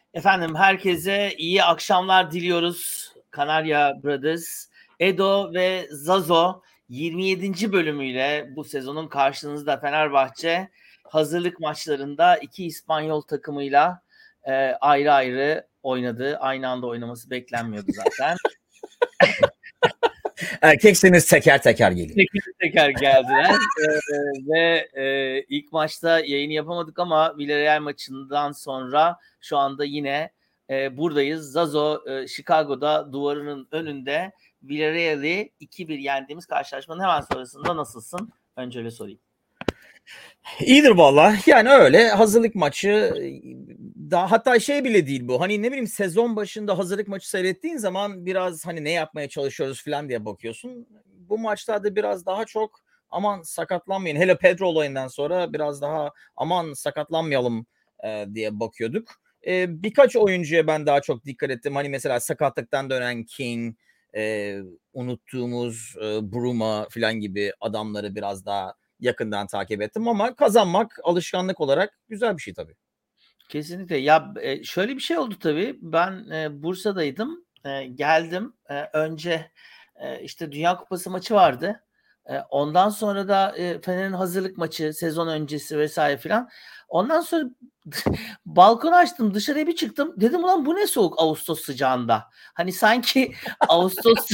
Efendim herkese iyi akşamlar diliyoruz. Kanarya Brothers, Edo ve Zazo 27. bölümüyle bu sezonun karşınızda. Fenerbahçe hazırlık maçlarında iki İspanyol takımıyla ayrı ayrı oynadı. Aynı anda oynaması beklenmiyordu zaten. Erkekseniz teker teker gelin. Teker teker geldiler ve ilk maçta yayını yapamadık ama Villarreal maçından sonra şu anda yine buradayız. Zazo Chicago'da duvarının önünde Villarreal'i 2-1 yendiğimiz karşılaşmanın hemen sonrasında nasılsın? Önce öyle sorayım. İyidir valla. Yani öyle hazırlık maçı daha hatta şey bile değil bu. Hani ne bileyim sezon başında hazırlık maçı seyrettiğin zaman biraz hani ne yapmaya çalışıyoruz falan diye bakıyorsun. Bu maçlarda biraz daha çok aman sakatlanmayın. Hele Pedro olayından sonra biraz daha aman sakatlanmayalım diye bakıyorduk. Birkaç oyuncuya ben daha çok dikkat ettim. Hani mesela sakatlıktan dönen King, unuttuğumuz Bruma falan gibi adamları biraz daha yakından takip ettim ama kazanmak alışkanlık olarak güzel bir şey tabii. Kesinlikle. Ya şöyle bir şey oldu tabii. Ben Bursa'daydım. Geldim. Önce işte Dünya Kupası maçı vardı. Ondan sonra da Fener'in hazırlık maçı, sezon öncesi vesaire filan. Ondan sonra balkonu açtım, dışarıya bir çıktım. Dedim ulan bu ne soğuk Ağustos sıcağında. Hani sanki Ağustos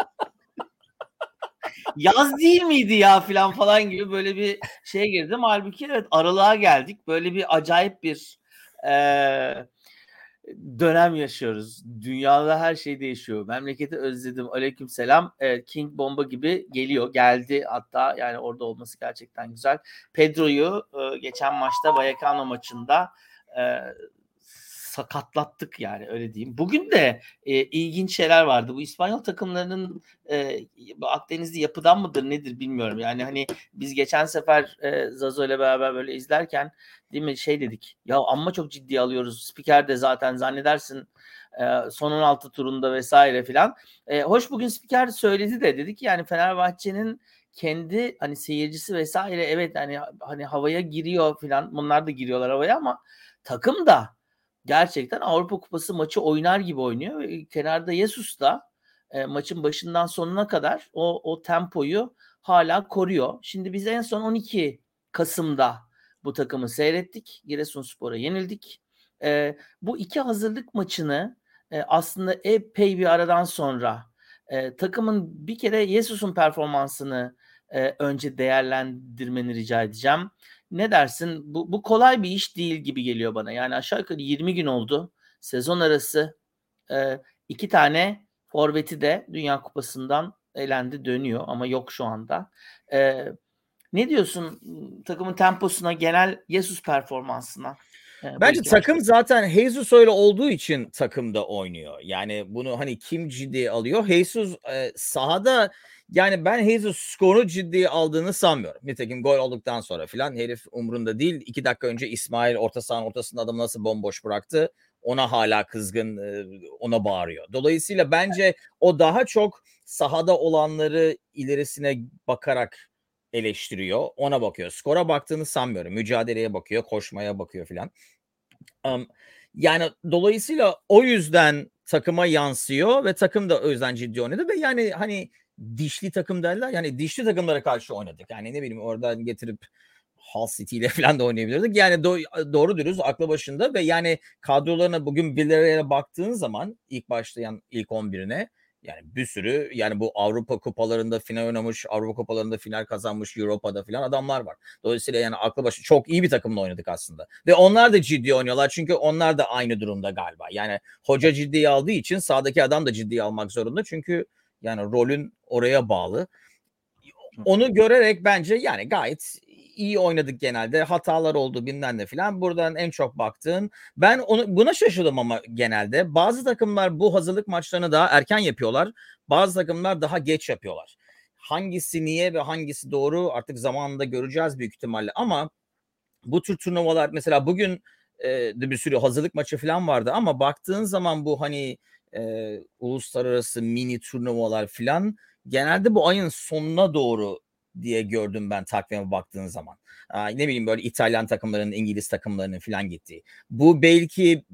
yaz değil miydi ya falan gibi böyle bir şeye girdim. Halbuki evet aralığa geldik. Böyle bir acayip bir dönem yaşıyoruz. Dünyada her şey değişiyor. Memleketi özledim. Aleykümselam. King bomba gibi geliyor. Geldi hatta yani orada olması gerçekten güzel. Pedro'yu geçen maçta Vallecano maçında sakatlattık yani öyle diyeyim. Bugün de ilginç şeyler vardı. Bu İspanyol takımlarının Akdenizli yapıdan mıdır nedir bilmiyorum. Yani hani biz geçen sefer Zazo ile beraber böyle izlerken değil mi şey dedik. Ya amma çok ciddi alıyoruz. Spiker de zaten zannedersin son 16 turunda vesaire filan. Hoş bugün spiker söyledi de dedi ki yani Fenerbahçe'nin kendi hani seyircisi vesaire evet hani havaya giriyor filan. Bunlar da giriyorlar havaya ama takım da gerçekten Avrupa Kupası maçı oynar gibi oynuyor. Kenarda Jesus da maçın başından sonuna kadar o tempoyu hala koruyor. Şimdi biz en son 12 Kasım'da bu takımı seyrettik. Giresunspor'a yenildik. Bu iki hazırlık maçını aslında epey bir aradan sonra takımın bir kere Jesus'un performansını önce değerlendirmeni rica edeceğim. Ne dersin? Bu kolay bir iş değil gibi geliyor bana. Yani aşağı yukarı 20 gün oldu. Sezon arası iki tane forveti de Dünya Kupası'ndan elendi dönüyor ama yok şu anda. Ne diyorsun takımın temposuna, genel Jesus performansına? Bence takım zaten Jesus öyle olduğu için takımda oynuyor. Yani bunu hani kim ciddiye alıyor? Jesus sahada yani ben Jesus skoru ciddiye aldığını sanmıyorum. Nitekim gol olduktan sonra filan herif umrunda değil. 2 dakika önce İsmail orta sahanın ortasında adamı nasıl bomboş bıraktı. Ona hala kızgın, ona bağırıyor. Dolayısıyla bence o daha çok sahada olanları ilerisine bakarak eleştiriyor. Ona bakıyor. Skora baktığını sanmıyorum. Mücadeleye bakıyor, koşmaya bakıyor filan. Yani dolayısıyla o yüzden takıma yansıyor ve takım da o yüzden ciddi oynadı ve yani hani dişli takım derler yani dişli takımlara karşı oynadık. Yani ne bileyim oradan getirip Hull City ile falan da oynayabilirdik. Yani doğru dürüst aklı başında ve yani kadrolarına bugün Villarreal'e baktığın zaman ilk başlayan ilk 11'ine yani bir sürü yani bu Avrupa kupalarında final oynamış, Avrupa kupalarında final kazanmış, Europa'da falan adamlar var. Dolayısıyla yani aklı başı çok iyi bir takımla oynadık aslında. Ve onlar da ciddi oynuyorlar çünkü onlar da aynı durumda galiba. Yani hoca ciddiye aldığı için sahadaki adam da ciddiye almak zorunda. Çünkü yani rolün oraya bağlı. Onu görerek bence yani gayet iyi oynadık genelde. Hatalar oldu bilmem ne filan. Buradan en çok baktığın ben buna şaşırdım ama genelde. Bazı takımlar bu hazırlık maçlarını daha erken yapıyorlar. Bazı takımlar daha geç yapıyorlar. Hangisi niye ve hangisi doğru artık zamanında göreceğiz büyük ihtimalle ama bu tür turnuvalar mesela bugün de bir sürü hazırlık maçı falan vardı ama baktığın zaman bu hani uluslararası mini turnuvalar falan genelde bu ayın sonuna doğru diye gördüm ben takvime baktığın zaman. Ne bileyim böyle İtalyan takımlarının, İngiliz takımlarının falan gittiği. Bu belki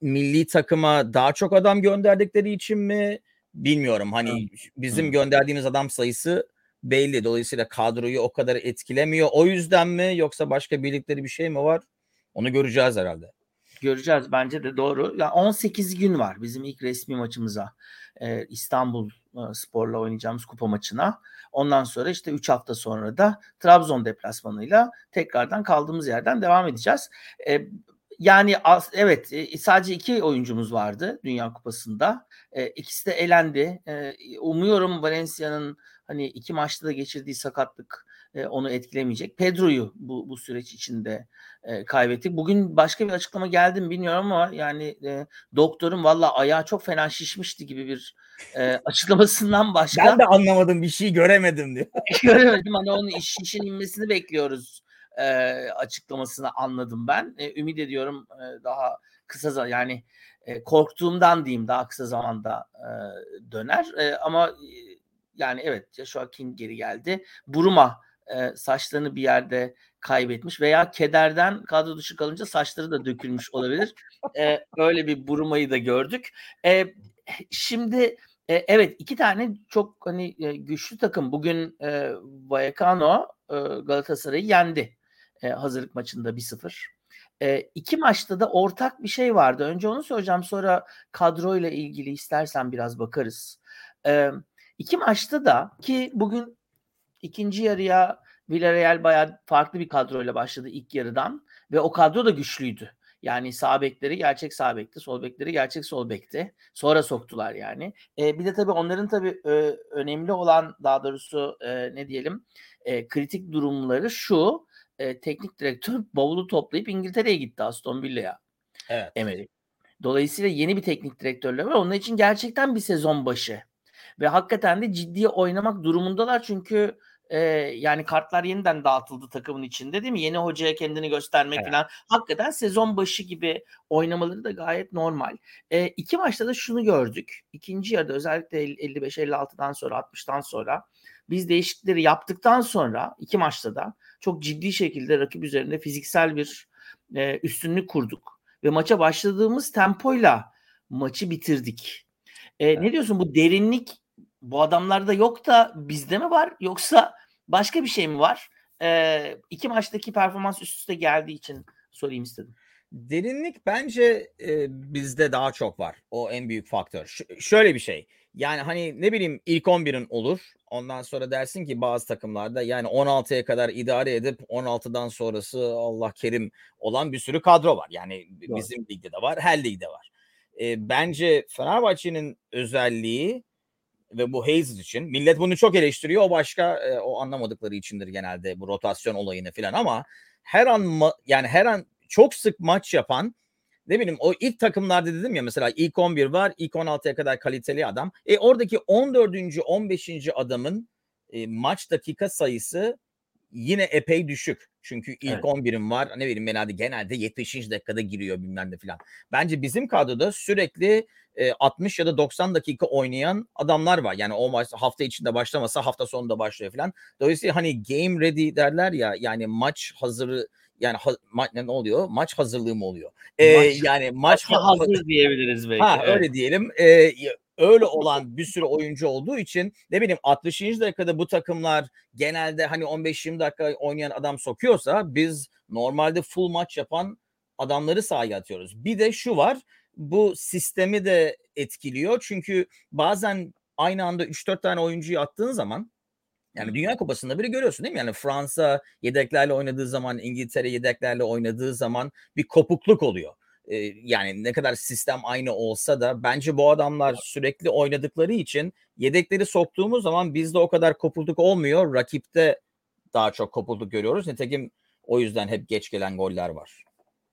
milli takıma daha çok adam gönderdikleri için mi bilmiyorum. Hani bizim gönderdiğimiz adam sayısı belli. Dolayısıyla kadroyu o kadar etkilemiyor. O yüzden mi yoksa başka bildikleri bir şey mi var? Onu göreceğiz herhalde. Göreceğiz, bence de doğru. Yani 18 gün var bizim ilk resmi maçımıza. İstanbul Spor'la oynayacağımız kupa maçına. Ondan sonra işte 3 hafta sonra da Trabzon deplasmanıyla tekrardan kaldığımız yerden devam edeceğiz. Yani evet, sadece 2 oyuncumuz vardı Dünya Kupası'nda. İkisi de elendi. Umuyorum Valencia'nın hani 2 maçta da geçirdiği sakatlık onu etkilemeyecek. Pedro'yu bu süreç içinde kaybettik. Bugün başka bir açıklama geldi mi bilmiyorum ama yani doktorun valla ayağı çok fena şişmişti gibi bir açıklamasından başka. Ben de anlamadım, bir şey göremedim diyor. Göremedim, hani onun şişin inmesini bekliyoruz açıklamasını anladım ben. Ümit ediyorum daha kısa zaman, yani korktuğumdan diyeyim, daha kısa zamanda döner. Ama yani evet, Joshua King geri geldi. Buruma saçlarını bir yerde kaybetmiş veya kederden kadro dışı kalınca saçları da dökülmüş olabilir. Öyle bir Buruma'yı da gördük. Şimdi evet, 2 tane çok hani güçlü takım bugün Vallecano Galatasaray'ı yendi hazırlık maçında 1-0. 2 maçta da ortak bir şey vardı. Önce onu söyleyeceğim, sonra kadroyla ilgili istersen biraz bakarız. 2 maçta da, ki bugün ikinci yarıya Villarreal bayağı farklı bir kadroyla başladı ilk yarıdan ve o kadro da güçlüydü. Yani sağ bekleri gerçek sağ bekti, sol bekleri gerçek sol bekti. Sonra soktular yani. Bir de tabii onların tabii önemli olan, daha doğrusu ne diyelim, kritik durumları şu: teknik direktör bavulu toplayıp İngiltere'ye gitti, Aston Villa'ya. Evet. Emery. Dolayısıyla yeni bir teknik direktörle var. Onun için gerçekten bir sezon başı. Ve hakikaten de ciddi oynamak durumundalar çünkü yani kartlar yeniden dağıtıldı takımın içinde, değil mi? Yeni hocaya kendini göstermek Evet. falan. Hakikaten sezon başı gibi oynamaları da gayet normal. 2 maçta da şunu gördük. İkinci yarıda özellikle 55-56'dan sonra, 60'tan sonra biz değişiklikleri yaptıktan sonra 2 maçta da çok ciddi şekilde rakip üzerinde fiziksel bir üstünlük kurduk. Ve maça başladığımız tempoyla maçı bitirdik. Ne diyorsun, bu derinlik bu adamlarda yok da bizde mi var, yoksa başka bir şey mi var? 2 maçtaki performans üst üste geldiği için sorayım istedim. Derinlik bence bizde daha çok var. O en büyük faktör. Şöyle bir şey. Yani hani ne bileyim, ilk 11'in olur. Ondan sonra dersin ki bazı takımlarda yani 16'ya kadar idare edip 16'dan sonrası Allah kerim olan bir sürü kadro var. Yani Doğru. bizim ligde de var, her ligde var. Bence Fenerbahçe'nin özelliği ve bu Hayes için, millet bunu çok eleştiriyor. O başka, o anlamadıkları içindir genelde bu rotasyon olayını falan, ama her an yani her an çok sık maç yapan, ne bileyim, o ilk takımlarda dedim ya, mesela ilk 11 var, ilk 16'ya kadar kaliteli adam. Oradaki 14. 15. adamın maç dakika sayısı yine epey düşük. Çünkü ilk Evet. 11'im var. Ne bileyim ben, hadi genelde 70. dakikada giriyor bilmem ne falan. Bence bizim kadroda sürekli 60 ya da 90 dakika oynayan adamlar var. Yani o maç hafta içinde başlamasa hafta sonunda başlıyor falan. Dolayısıyla hani game ready derler ya, yani maç hazırı, yani ne oluyor? Maç hazırlığı mı oluyor? Yani maç hazır diyebiliriz belki. Evet. öyle diyelim. Öyle olan bir sürü oyuncu olduğu için, ne bileyim, 60. dakikada bu takımlar genelde hani 15-20 dakika oynayan adam sokuyorsa, biz normalde full maç yapan adamları sahaya atıyoruz. Bir de şu var, bu sistemi de etkiliyor. Çünkü bazen aynı anda 3-4 tane oyuncuyu attığın zaman, yani Dünya Kupası'nda biri görüyorsun değil mi? Yani Fransa yedeklerle oynadığı zaman, İngiltere yedeklerle oynadığı zaman bir kopukluk oluyor. Yani ne kadar sistem aynı olsa da bence bu adamlar sürekli oynadıkları için yedekleri soktuğumuz zaman bizde o kadar kopukluk olmuyor. Rakipte daha çok kopukluk görüyoruz. Nitekim o yüzden hep geç gelen goller var.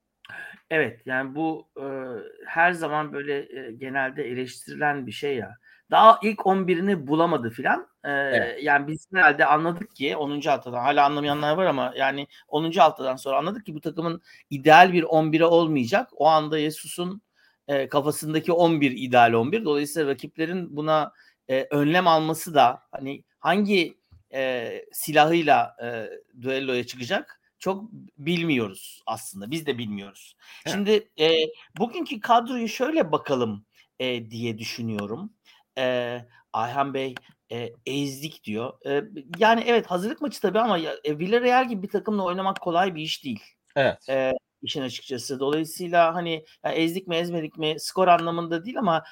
Evet, yani bu her zaman böyle genelde eleştirilen bir şey ya. Daha ilk 11'ini bulamadı filan. Evet. Yani biz herhalde anladık ki 10. haftadan, hala anlamayanlar var ama yani 10. haftadan sonra anladık ki bu takımın ideal bir 11'i olmayacak. O anda Jesus'un kafasındaki 11 ideal 11. Dolayısıyla rakiplerin buna önlem alması da, hani hangi silahıyla düelloya çıkacak çok bilmiyoruz aslında. Biz de bilmiyoruz. Evet. Şimdi bugünkü kadroyu şöyle bakalım diye düşünüyorum. Ayhan Bey ezdik diyor. Yani evet, hazırlık maçı tabii ama Villarreal gibi bir takımla oynamak kolay bir iş değil. Evet. İşin açıkçası. Dolayısıyla hani ezdik mi ezmedik mi skor anlamında değil ama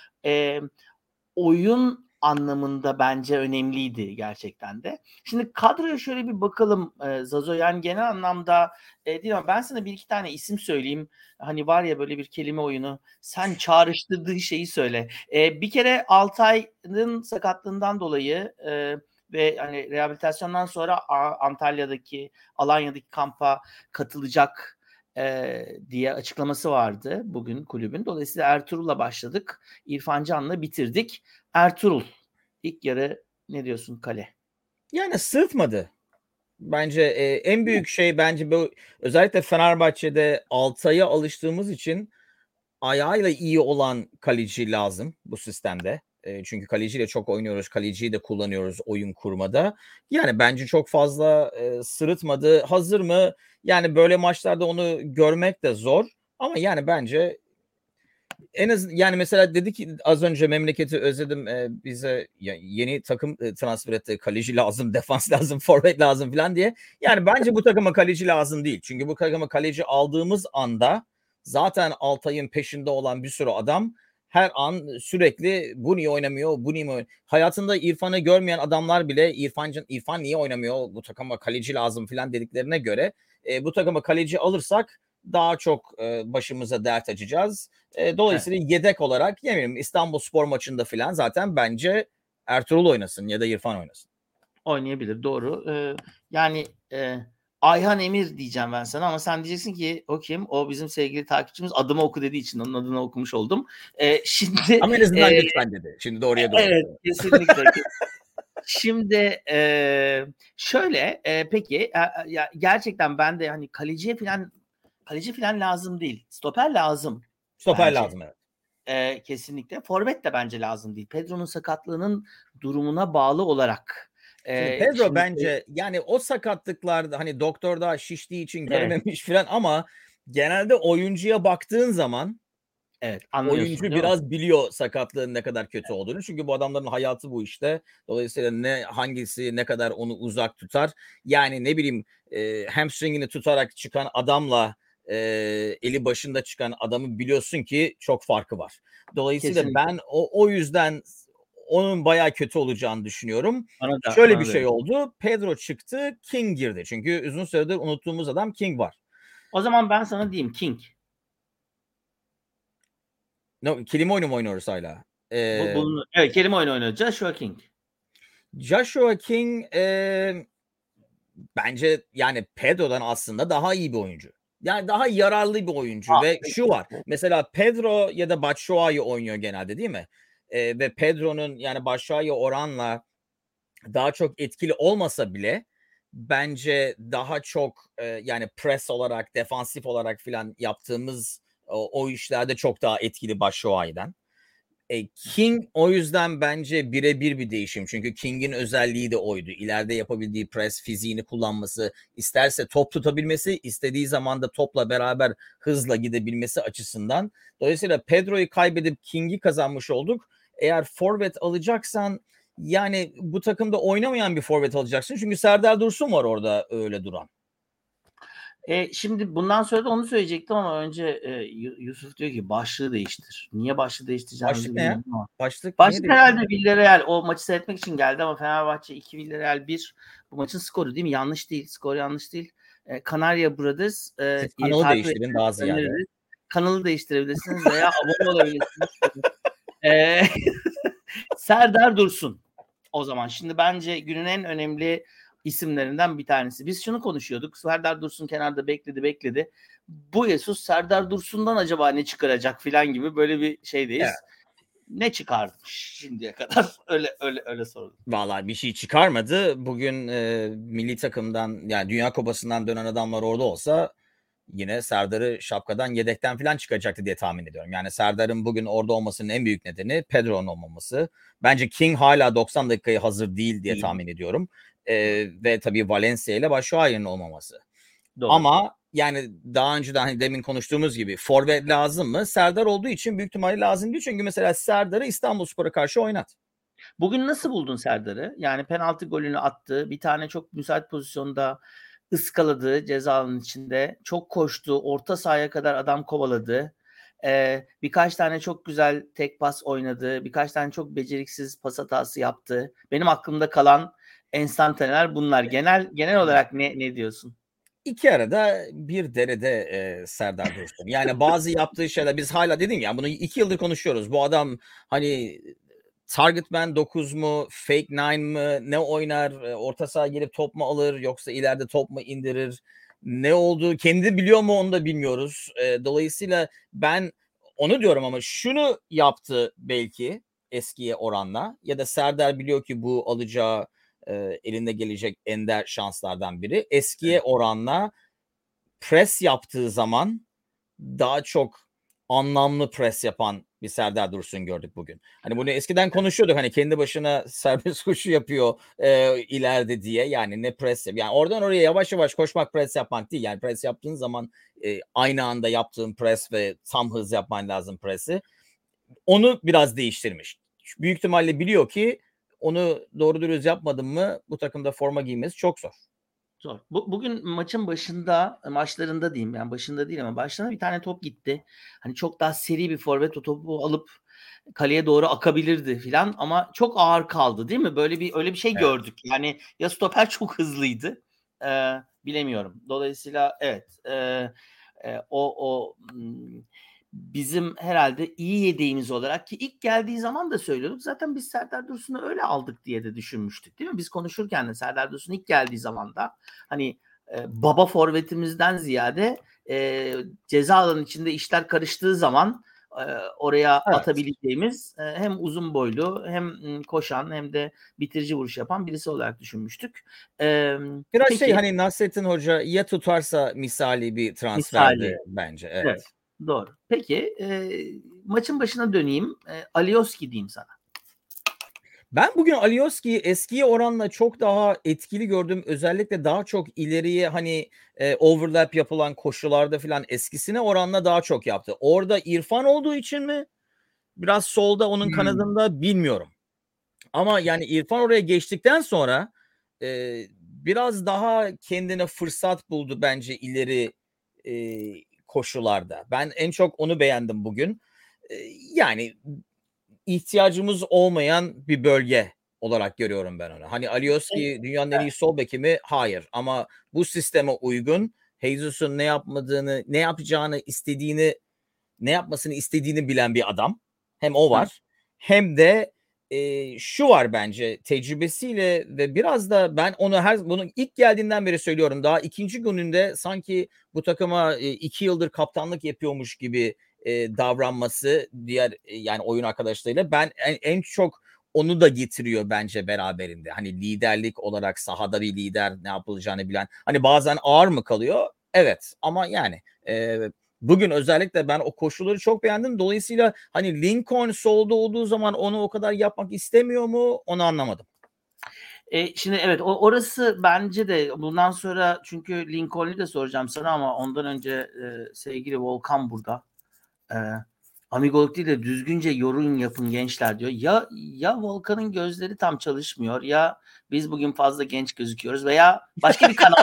oyun anlamında bence önemliydi gerçekten de. Şimdi kadroya şöyle bir bakalım Zazo, yani genel anlamda değil ama ben sana bir iki tane isim söyleyeyim. Hani var ya böyle bir kelime oyunu. Sen çağrıştırdığın şeyi söyle. Bir kere Altay'ın sakatlığından dolayı ve hani rehabilitasyondan sonra Antalya'daki, Alanya'daki kampa katılacak diye açıklaması vardı bugün kulübün. Dolayısıyla Ertuğrul'la başladık. İrfan Can'la bitirdik. Ertuğrul ilk yarı ne diyorsun kale? Yani sırıtmadı. Bence en büyük şey bence bu, özellikle Fenerbahçe'de Altay'a alıştığımız için ayağıyla iyi olan kaleci lazım bu sistemde. Çünkü kaleciyle çok oynuyoruz. Kaleciyi de kullanıyoruz oyun kurmada. Yani bence çok fazla sırıtmadı. Hazır mı? Yani böyle maçlarda onu görmek de zor. Ama yani bence en az, yani mesela dedi ki az önce memleketi özledim, bize yeni takım transfer etti, kaleci lazım, defans lazım, forvet lazım falan diye. Yani bence bu takıma kaleci lazım değil. Çünkü bu takıma kaleci aldığımız anda zaten Altay'ın peşinde olan bir sürü adam her an sürekli bu niye oynamıyor, bu niye oynamıyor. Hayatında İrfan'ı görmeyen adamlar bile İrfan niye oynamıyor, bu takıma kaleci lazım falan dediklerine göre bu takıma kaleci alırsak daha çok başımıza dert açacağız. Dolayısıyla yedek olarak yemiyorum. İstanbulspor maçında falan zaten bence Ertuğrul oynasın ya da İrfan oynasın. Oynayabilir, doğru. Yani Ayhan Emir diyeceğim ben sana ama sen diyeceksin ki o kim? O bizim sevgili takipçimiz, adımı oku dediği için onun adını okumuş oldum. Şimdi Ama en azından lütfen dedi. Şimdi doğruya doğru. evet, kesinlikle. Şimdi şöyle peki ya gerçekten ben de hani kaleci falan lazım değil. Stoper lazım Stoper bence. lazım, evet. Kesinlikle. Forvet de bence lazım değil. Pedro'nun sakatlığının durumuna bağlı olarak. Şimdi Pedro Şimdi bence yani o sakatlıklarda hani doktor daha şiştiği için evet, görememiş falan ama genelde oyuncuya baktığın zaman evet anlıyorsun oyuncu değil mi? biraz biliyor sakatlığın ne kadar kötü olduğunu. Çünkü bu adamların hayatı bu işte. Dolayısıyla hangisi ne kadar onu uzak tutar. Yani ne bileyim, hamstringini tutarak çıkan adamla eli başında çıkan adamı biliyorsun ki çok farkı var. Dolayısıyla Kesinlikle. ben o yüzden onun bayağı kötü olacağını düşünüyorum. Bana da Şöyle bir bana da şey öyle. oldu. Pedro çıktı, King girdi. Çünkü uzun süredir unuttuğumuz adam King var. O zaman ben sana diyeyim King. No, kelime oyunu mu oynuyoruz hala? Evet, kelime oyunu oynuyor. Joshua King. Joshua King bence yani Pedro'dan aslında daha iyi bir oyuncu. Yani daha yararlı bir oyuncu ve şu var. Kesinlikle. Mesela Pedro ya da Batshuayi oynuyor genelde değil mi? Ve Pedro'nun yani Batshuayi oranla daha çok etkili olmasa bile bence daha çok yani press olarak, defansif olarak filan yaptığımız o işlerde çok daha etkili Batshuayi'den. King o yüzden bence birebir bir değişim. Çünkü King'in özelliği de oydu. İleride yapabildiği pres, fiziğini kullanması, isterse top tutabilmesi, istediği zaman da topla beraber hızla gidebilmesi açısından. Dolayısıyla Pedro'yu kaybedip King'i kazanmış olduk. Eğer forvet alacaksan yani bu takımda oynamayan bir forvet alacaksın. Çünkü Serdar Dursun var orada öyle duran. Şimdi bundan sonra da onu söyleyecektim ama önce Yusuf diyor ki başlığı değiştir. Niye başlığı değiştireceğimizi Başlık ne ya? bilmiyorum ama. Başlık niye Başlık değil? herhalde Villarreal. O maçı seyretmek için geldi ama Fenerbahçe 2 Villarreal 1. Bu maçın skoru değil mi? Yanlış değil. Skor yanlış değil. Kanarya Brothers Siz kanalı takip değiştirin etmenizi daha ziyade. öneririz. Kanalı değiştirebilirsiniz veya abone olabilirsiniz. E, Serdar Dursun. O zaman şimdi bence günün en önemli isimlerinden bir tanesi. Biz şunu konuşuyorduk. Serdar Dursun kenarda bekledi. Bu Jesus Serdar Dursun'dan acaba ne çıkaracak filan gibi böyle bir şeydeyiz. Evet. Ne çıkarmış şimdiye kadar? Öyle sordum. Vallahi bir şey çıkarmadı. Bugün milli takımdan yani Dünya Kupası'ndan dönen adamlar orada olsa yine Serdar'ı şapkadan yedekten falan çıkacaktı diye tahmin ediyorum. Yani Serdar'ın bugün orada olmasının en büyük nedeni Pedro'nun olmaması. Bence King hala 90 dakikaya hazır değil diye tahmin ediyorum. Ve tabii Valencia ile Batshuayi'nin olmaması. Doğru. Ama yani daha önceden hani demin konuştuğumuz gibi forvet lazım mı? Serdar olduğu için büyük ihtimalle lazım değil. Çünkü mesela Serdar'ı İstanbulspor'a karşı oynat. Bugün nasıl buldun Serdar'ı? Yani penaltı golünü attı. Bir tane çok müsait pozisyonda ıskaladı ceza alanının içinde. Çok koştu. Orta sahaya kadar adam kovaladı. Birkaç tane çok güzel tek pas oynadı. Birkaç tane çok beceriksiz pas hatası yaptı. Benim aklımda kalan enstantaneler bunlar. Genel olarak ne diyorsun? İki arada bir derede Serdar Dursun. Yani bazı yaptığı şeyler biz hala dedim ya bunu 2 yıldır konuşuyoruz. Bu adam hani target man 9 mu, fake 9 mı, ne oynar, orta saha gelip top mu alır yoksa ileride top mu indirir? Ne olduğu kendi biliyor mu onu da bilmiyoruz. Dolayısıyla ben onu diyorum ama şunu yaptı belki eskiye oranla ya da Serdar biliyor ki bu alacağı elinde gelecek ender şanslardan biri. Eskiye oranla pres yaptığı zaman daha çok anlamlı pres yapan bir Serdar Dursun gördük bugün. Hani bunu eskiden konuşuyorduk hani kendi başına serbest koşu yapıyor ileride diye yani ne pres yap. Yani oradan oraya yavaş yavaş koşmak pres yapmak değil. Yani pres yaptığın zaman aynı anda yaptığın pres ve tam hız yapman lazım presi. Onu biraz değiştirmiş. Büyük ihtimalle biliyor ki onu doğru dürüst yapmadın mı bu takımda forma giymesi çok zor. Zor. Bugün maçın maçlarında diyeyim yani başında değil ama başlarına bir tane top gitti. Hani çok daha seri bir forvet o topu alıp kaleye doğru akabilirdi filan ama çok ağır kaldı değil mi? Öyle bir şey Evet. gördük. Yani ya stoper çok hızlıydı. Bilemiyorum. Dolayısıyla evet. Bizim herhalde iyi yedeğimiz olarak ki ilk geldiği zaman da söylüyorduk. Zaten biz Serdar Dursun'u öyle aldık diye de düşünmüştük değil mi? Biz konuşurken de Serdar Dursun ilk geldiği zaman da hani baba forvetimizden ziyade ceza alanının içinde işler karıştığı zaman oraya Evet. atabileceğimiz hem uzun boylu hem koşan hem de bitirici vuruş yapan birisi olarak düşünmüştük. Biraz şey Peki hani Nasrettin Hoca ya tutarsa misali bir transferdi misali. bence. Evet. Evet. Doğru. Peki maçın başına döneyim. Alioski diyeyim sana. Ben bugün Alioski'yi eskiye oranla çok daha etkili gördüm. Özellikle daha çok ileriye hani overlap yapılan koşularda falan eskisine oranla daha çok yaptı. Orada İrfan olduğu için mi? Biraz solda onun kanadında bilmiyorum. Ama yani İrfan oraya geçtikten sonra biraz daha kendine fırsat buldu bence ileri koşularda. Ben en çok onu beğendim bugün. Yani ihtiyacımız olmayan bir bölge olarak görüyorum ben onu. Hani Alioski dünyanın en iyi sol beki mi? Hayır. Ama bu sisteme uygun Jesus'un ne yapacağını istediğini, ne yapmasını istediğini bilen bir adam. Hem o Hı. var. Hem de şu var bence tecrübesiyle ve biraz da ben bunu ilk geldiğinden beri söylüyorum. Daha ikinci gününde sanki bu takıma 2 yıldır kaptanlık yapıyormuş gibi davranması diğer yani oyun arkadaşlarıyla ben en çok onu da getiriyor bence beraberinde. Hani liderlik olarak sahada bir lider ne yapılacağını bilen. Hani bazen ağır mı kalıyor? Evet ama yani bugün özellikle ben o koşulları çok beğendim. Dolayısıyla hani Lincoln solda olduğu zaman onu o kadar yapmak istemiyor mu? Onu anlamadım. Şimdi evet orası bence de bundan sonra çünkü Lincoln'u da soracağım sana ama ondan önce sevgili Volkan burada. E, Amigoluk değil de düzgünce yorum yapın gençler diyor. Ya Volkan'ın gözleri tam çalışmıyor ya biz bugün fazla genç gözüküyoruz veya başka bir kanal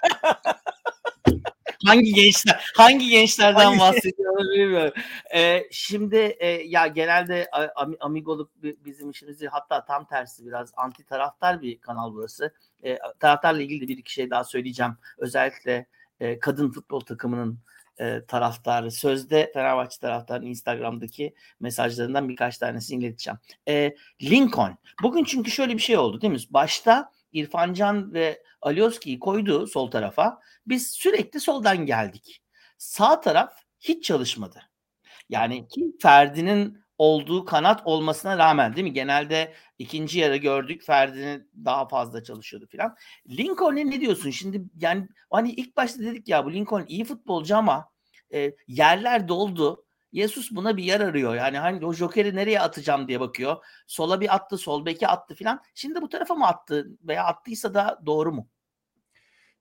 hangi gençlerden Hangi bahsediyorum bilmiyorum. Şimdi ya genelde Amigoluk bizim işimizi hatta tam tersi biraz anti taraftar bir kanal burası. Taraftarla ilgili de bir iki şey daha söyleyeceğim. Özellikle kadın futbol takımının taraftarı. Sözde Fenerbahçe taraftarının Instagram'daki mesajlarından birkaç tanesini ileteceğim. Lincoln. Bugün çünkü şöyle bir şey oldu değil mi? Başta İrfan Can ve Alioski'yi koydu sol tarafa. Biz sürekli soldan geldik. Sağ taraf hiç çalışmadı. Yani ki Ferdi'nin olduğu kanat olmasına rağmen değil mi? Genelde ikinci yarı gördük Ferdi'nin daha fazla çalışıyordu filan. Lincoln'e ne diyorsun? Şimdi yani hani ilk başta dedik ya bu Lincoln iyi futbolcu ama yerler doldu. Jesus buna bir yer arıyor. Yani hani o Joker'i nereye atacağım diye bakıyor. Sola bir attı, sol beki attı filan. Şimdi bu tarafa mı attı veya attıysa da doğru mu?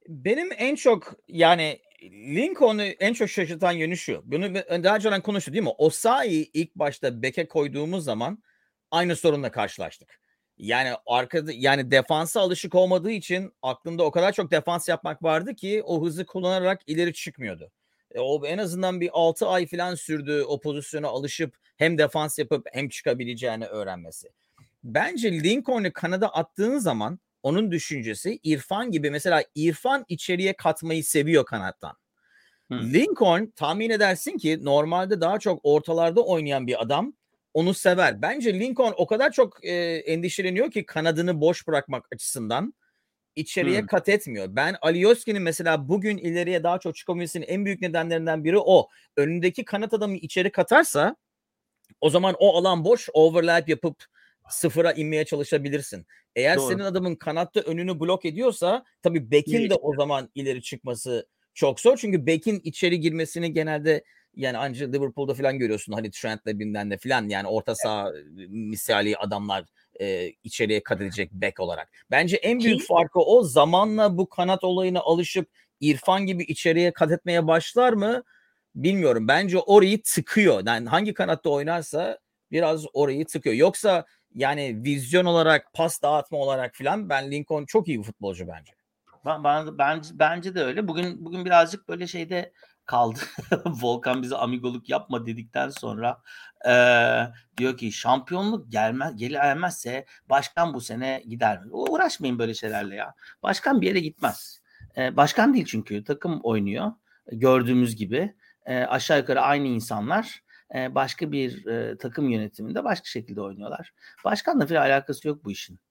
Benim en çok yani Lincoln'u en çok şaşırtan yönü şu. Bunu daha önceden konuştuk değil mi? Osayi ilk başta beke koyduğumuz zaman aynı sorunla karşılaştık. Yani arkada yani defansa alışık olmadığı için aklında o kadar çok defans yapmak vardı ki o hızı kullanarak ileri çıkmıyordu. O en azından bir 6 ay falan sürdü o pozisyona alışıp hem defans yapıp hem çıkabileceğini öğrenmesi. Bence Lincoln'u kanada attığın zaman onun düşüncesi İrfan gibi, mesela İrfan içeriye katmayı seviyor kanattan. Lincoln tahmin edersin ki normalde daha çok ortalarda oynayan bir adam, onu sever. Bence Lincoln o kadar çok endişeleniyor ki kanadını boş bırakmak açısından içeriye kat etmiyor. Ben Alioski'nin mesela bugün ileriye daha çok çıkabilmesinin en büyük nedenlerinden biri o. Önündeki kanat adamı içeri katarsa o zaman o alan boş, overlap yapıp sıfıra inmeye çalışabilirsin. Eğer Doğru. senin adamın kanatta önünü blok ediyorsa tabii bekin de o zaman ileri çıkması çok zor. Çünkü bekin içeri girmesini genelde yani ancak Liverpool'da falan görüyorsun. Hani Trent'le bilmem ne falan, yani orta saha misali adamlar içeriye kat edecek bek olarak. Bence en büyük farkı o. Zamanla bu kanat olayına alışıp İrfan gibi içeriye kat etmeye başlar mı? Bilmiyorum. Bence orayı tıkıyor. Yani hangi kanatta oynarsa biraz orayı tıkıyor. Yoksa yani vizyon olarak, pas dağıtma olarak falan ben Lincoln çok iyi bir futbolcu bence. Bence de öyle. Bugün birazcık böyle şeyde kaldı. Volkan bize amigoluk yapma dedikten sonra diyor ki şampiyonluk gelmezse başkan bu sene gider mi? Uğraşmayın böyle şeylerle ya. Başkan bir yere gitmez. Başkan değil çünkü takım oynuyor. Gördüğümüz gibi aşağı yukarı aynı insanlar başka bir takım yönetiminde başka şekilde oynuyorlar. Başkanla falan alakası yok bu işin.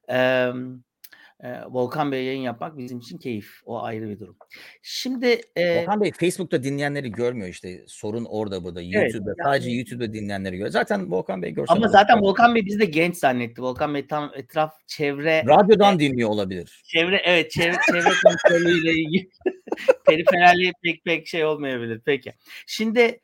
Volkan Bey'e yayın yapmak bizim için keyif. O ayrı bir durum. Şimdi Volkan Bey Facebook'ta dinleyenleri görmüyor işte. Sorun orada burada. evet, YouTube'da yani, sadece YouTube'da dinleyenleri görüyor. Zaten Volkan Bey görsel ama olarak zaten Volkan Bey bizi de genç zannetti. Volkan Bey tam çevre radyodan dinliyor olabilir. Çevre kontrolüyle ilgili periferali pek şey olmayabilir. Peki. Şimdi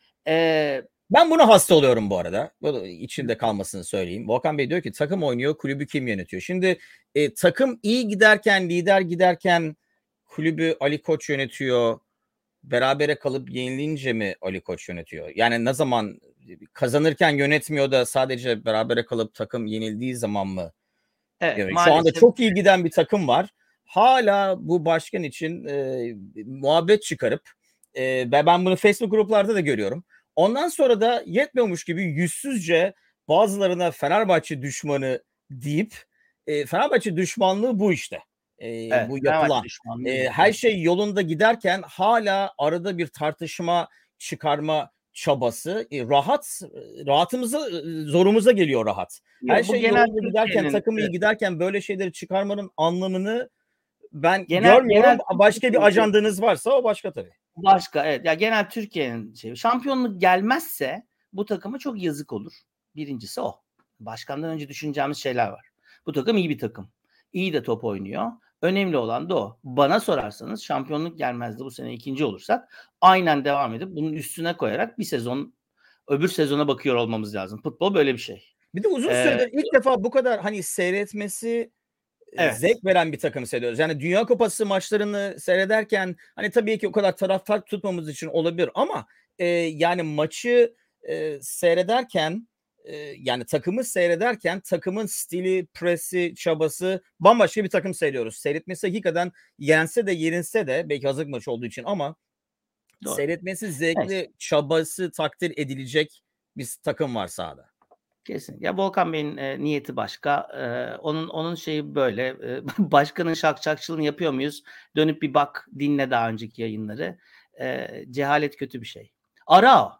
ben buna hasta oluyorum bu arada. Bu içinde kalmasını söyleyeyim. Volkan Bey diyor ki takım oynuyor, kulübü kim yönetiyor? Şimdi takım iyi giderken, lider giderken kulübü Ali Koç yönetiyor. Berabere kalıp yenilince mi Ali Koç yönetiyor? Yani ne zaman kazanırken yönetmiyor da sadece berabere kalıp takım yenildiği zaman mı? evet, Şu anda maalesef çok iyi giden bir takım var. Hala bu başkan için muhabbet çıkarıp ve ben bunu Facebook gruplarda da görüyorum. Ondan sonra da yetmiyormuş gibi yüzsüzce bazılarına Fenerbahçe düşmanı deyip Fenerbahçe düşmanlığı bu işte. evet, Bu Fenerbahçe yapılan. düşmanlığı bu. Her şey yolunda giderken hala arada bir tartışma çıkarma çabası. Rahatımıza, zorumuza geliyor rahat. Her Bu şey genel yolunda giderken, Türkiye'nin takım iyi giderken böyle şeyleri çıkarmanın anlamını ben görmüyorum. genel Başka bir Türkiye'nin ajandanız varsa o başka tabii. başka evet ya genel Türkiye'nin şampiyonluk gelmezse bu takıma çok yazık olur. Birincisi o. Başkandan önce düşüneceğimiz şeyler var. Bu takım iyi bir takım. İyi de top oynuyor. Önemli olan da o. Bana sorarsanız şampiyonluk gelmezdi bu sene ikinci olursak aynen devam edip bunun üstüne koyarak bir sezon öbür sezona bakıyor olmamız lazım. Futbol böyle bir şey. Bir de uzun Ee, süredir ilk defa bu kadar hani seyretmesi evet. zevk veren bir takım seyrediyoruz. Yani Dünya Kupası maçlarını seyrederken hani tabii ki o kadar taraftar tutmamız için olabilir ama yani maçı seyrederken yani takımı seyrederken takımın stili, presi, çabası bambaşka bir takım seyrediyoruz. Seyretmesi hakikaten yense de yenilse de belki hazırlık maçı olduğu için ama Doğru. seyretmesi Evet. zevkli, çabası takdir edilecek bir takım var sahada. Kesin. Ya Volkan Bey'in niyeti başka. Onun şeyi böyle. Başkanın şakşakçılığını yapıyor muyuz? Dönüp bir bak, dinle daha önceki yayınları. Cehalet kötü bir şey. Ara.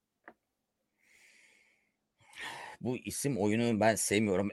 Bu isim oyunu ben sevmiyorum.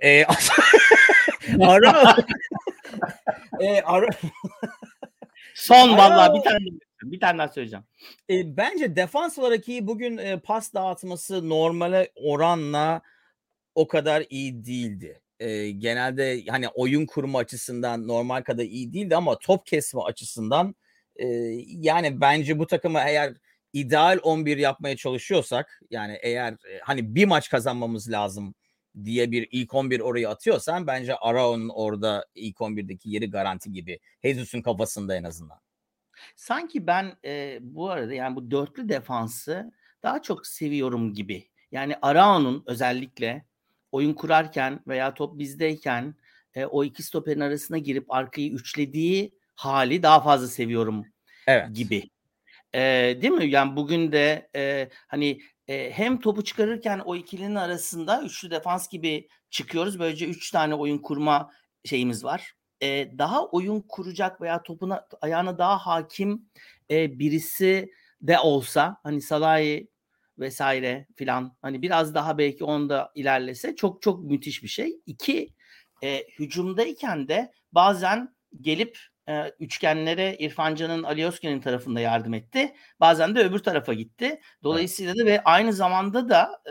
Ara. Ara. Son Ara. vallahi bir tane daha söyleyeceğim. Bence defans olarak iyi. Bugün pas dağıtması normale oranla o kadar iyi değildi. Genelde hani oyun kurma açısından normal kadar iyi değildi ama top kesme açısından yani bence bu takımı eğer ideal 11 yapmaya çalışıyorsak yani eğer hani bir maç kazanmamız lazım diye bir ilk 11 oraya atıyorsan bence Arao'nun orada ilk 11'deki yeri garanti gibi. Jesus'un kafasında en azından. Sanki ben, bu arada, yani, bu dörtlü defansı daha çok seviyorum gibi. Yani, Arao'nun özellikle oyun kurarken veya top bizdeyken, o 2 stoperin arasına girip arkayı üçlediği hâli daha fazla seviyorum Evet. gibi. Değil mi? Yani, bugün de, hani, hem topu çıkarırken o ikilinin arasında üçlü defans gibi çıkıyoruz. Böylece 3 tane oyun kurma şeyimiz var. Daha oyun kuracak veya topuna ayağına daha hâkim, birisi de olsa, hani, Salahi vs. filan, hani, biraz daha belki onda ilerlese çok çok müthiş bir şey. 2, hücumdayken de bazen gelip üçgenlere İrfan Can'ın, Alioski'nin tarafında yardım etti. Bazen de öbür tarafa gitti. Evet. Dolayısıyla da ve aynı zamanda da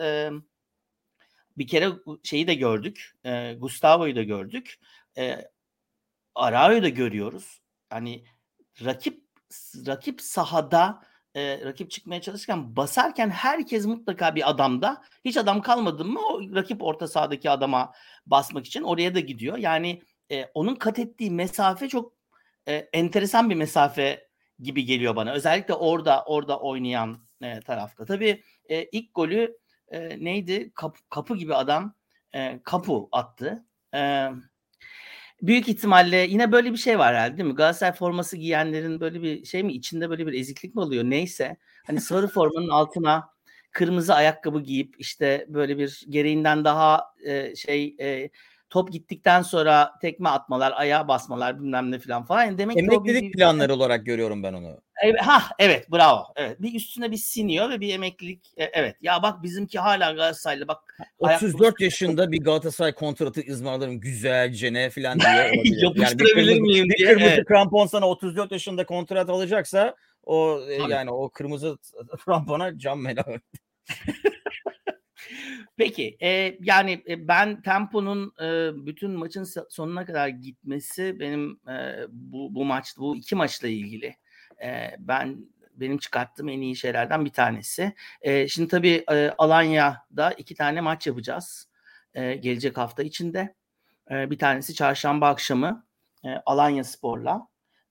bir kere şeyi de gördük. Gustavo'yu da gördük. Arao'yu da görüyoruz. Hani rakip sahada rakip çıkmaya çalışırken basarken herkes mutlaka bir adamda. Hiç adam kalmadı mı o rakip orta sahadaki adama basmak için oraya da gidiyor. Yani onun kat ettiği mesafe çok enteresan bir mesafe gibi geliyor bana. Özellikle orada oynayan tarafta. Tabii ilk golü neydi? Kapı gibi adam Kapu attı. Büyük ihtimalle yine böyle bir şey var herhâlde, değil mi? Galatasaray forması giyenlerin böyle bir şey mi, içinde böyle bir eziklik mi oluyor neyse, hani sarı formanın altına kırmızı ayakkabı giyip, işte, böyle bir gereğinden daha, top gittikten sonra tekme atmalar, ayağa basmalar bilmem ne filan falan. Yani demek ki o Emeklilik planları olarak görüyorum ben onu. evet, bravo. Evet, bir üstüne bir siniyor ve bir emeklilik. Evet. Ya bak bizimki hâlâ Galatasaraylı bak ayakkabısı 34 yaşında bir Galatasaray kontratı ızmaralarım güzelcene falan diyor olabilir. Yani yapıştırabilir miyim bir diye. kırmızı Evet. krampon sana 34 yaşında kontrat alacaksa o Tabii. yani o kırmızı krampona can bela. Peki, yani, ben temponun, bütün maçın sonuna kadar gitmesi benim, bu 2 maçla ilgili, benim çıkarttığım en iyi şeylerden bir tanesi. Şimdi tabii, Alanya'da 2 tane maç yapacağız, gelecek hafta içinde. Bir tanesi çarşamba akşamı, Alanyaspor'la,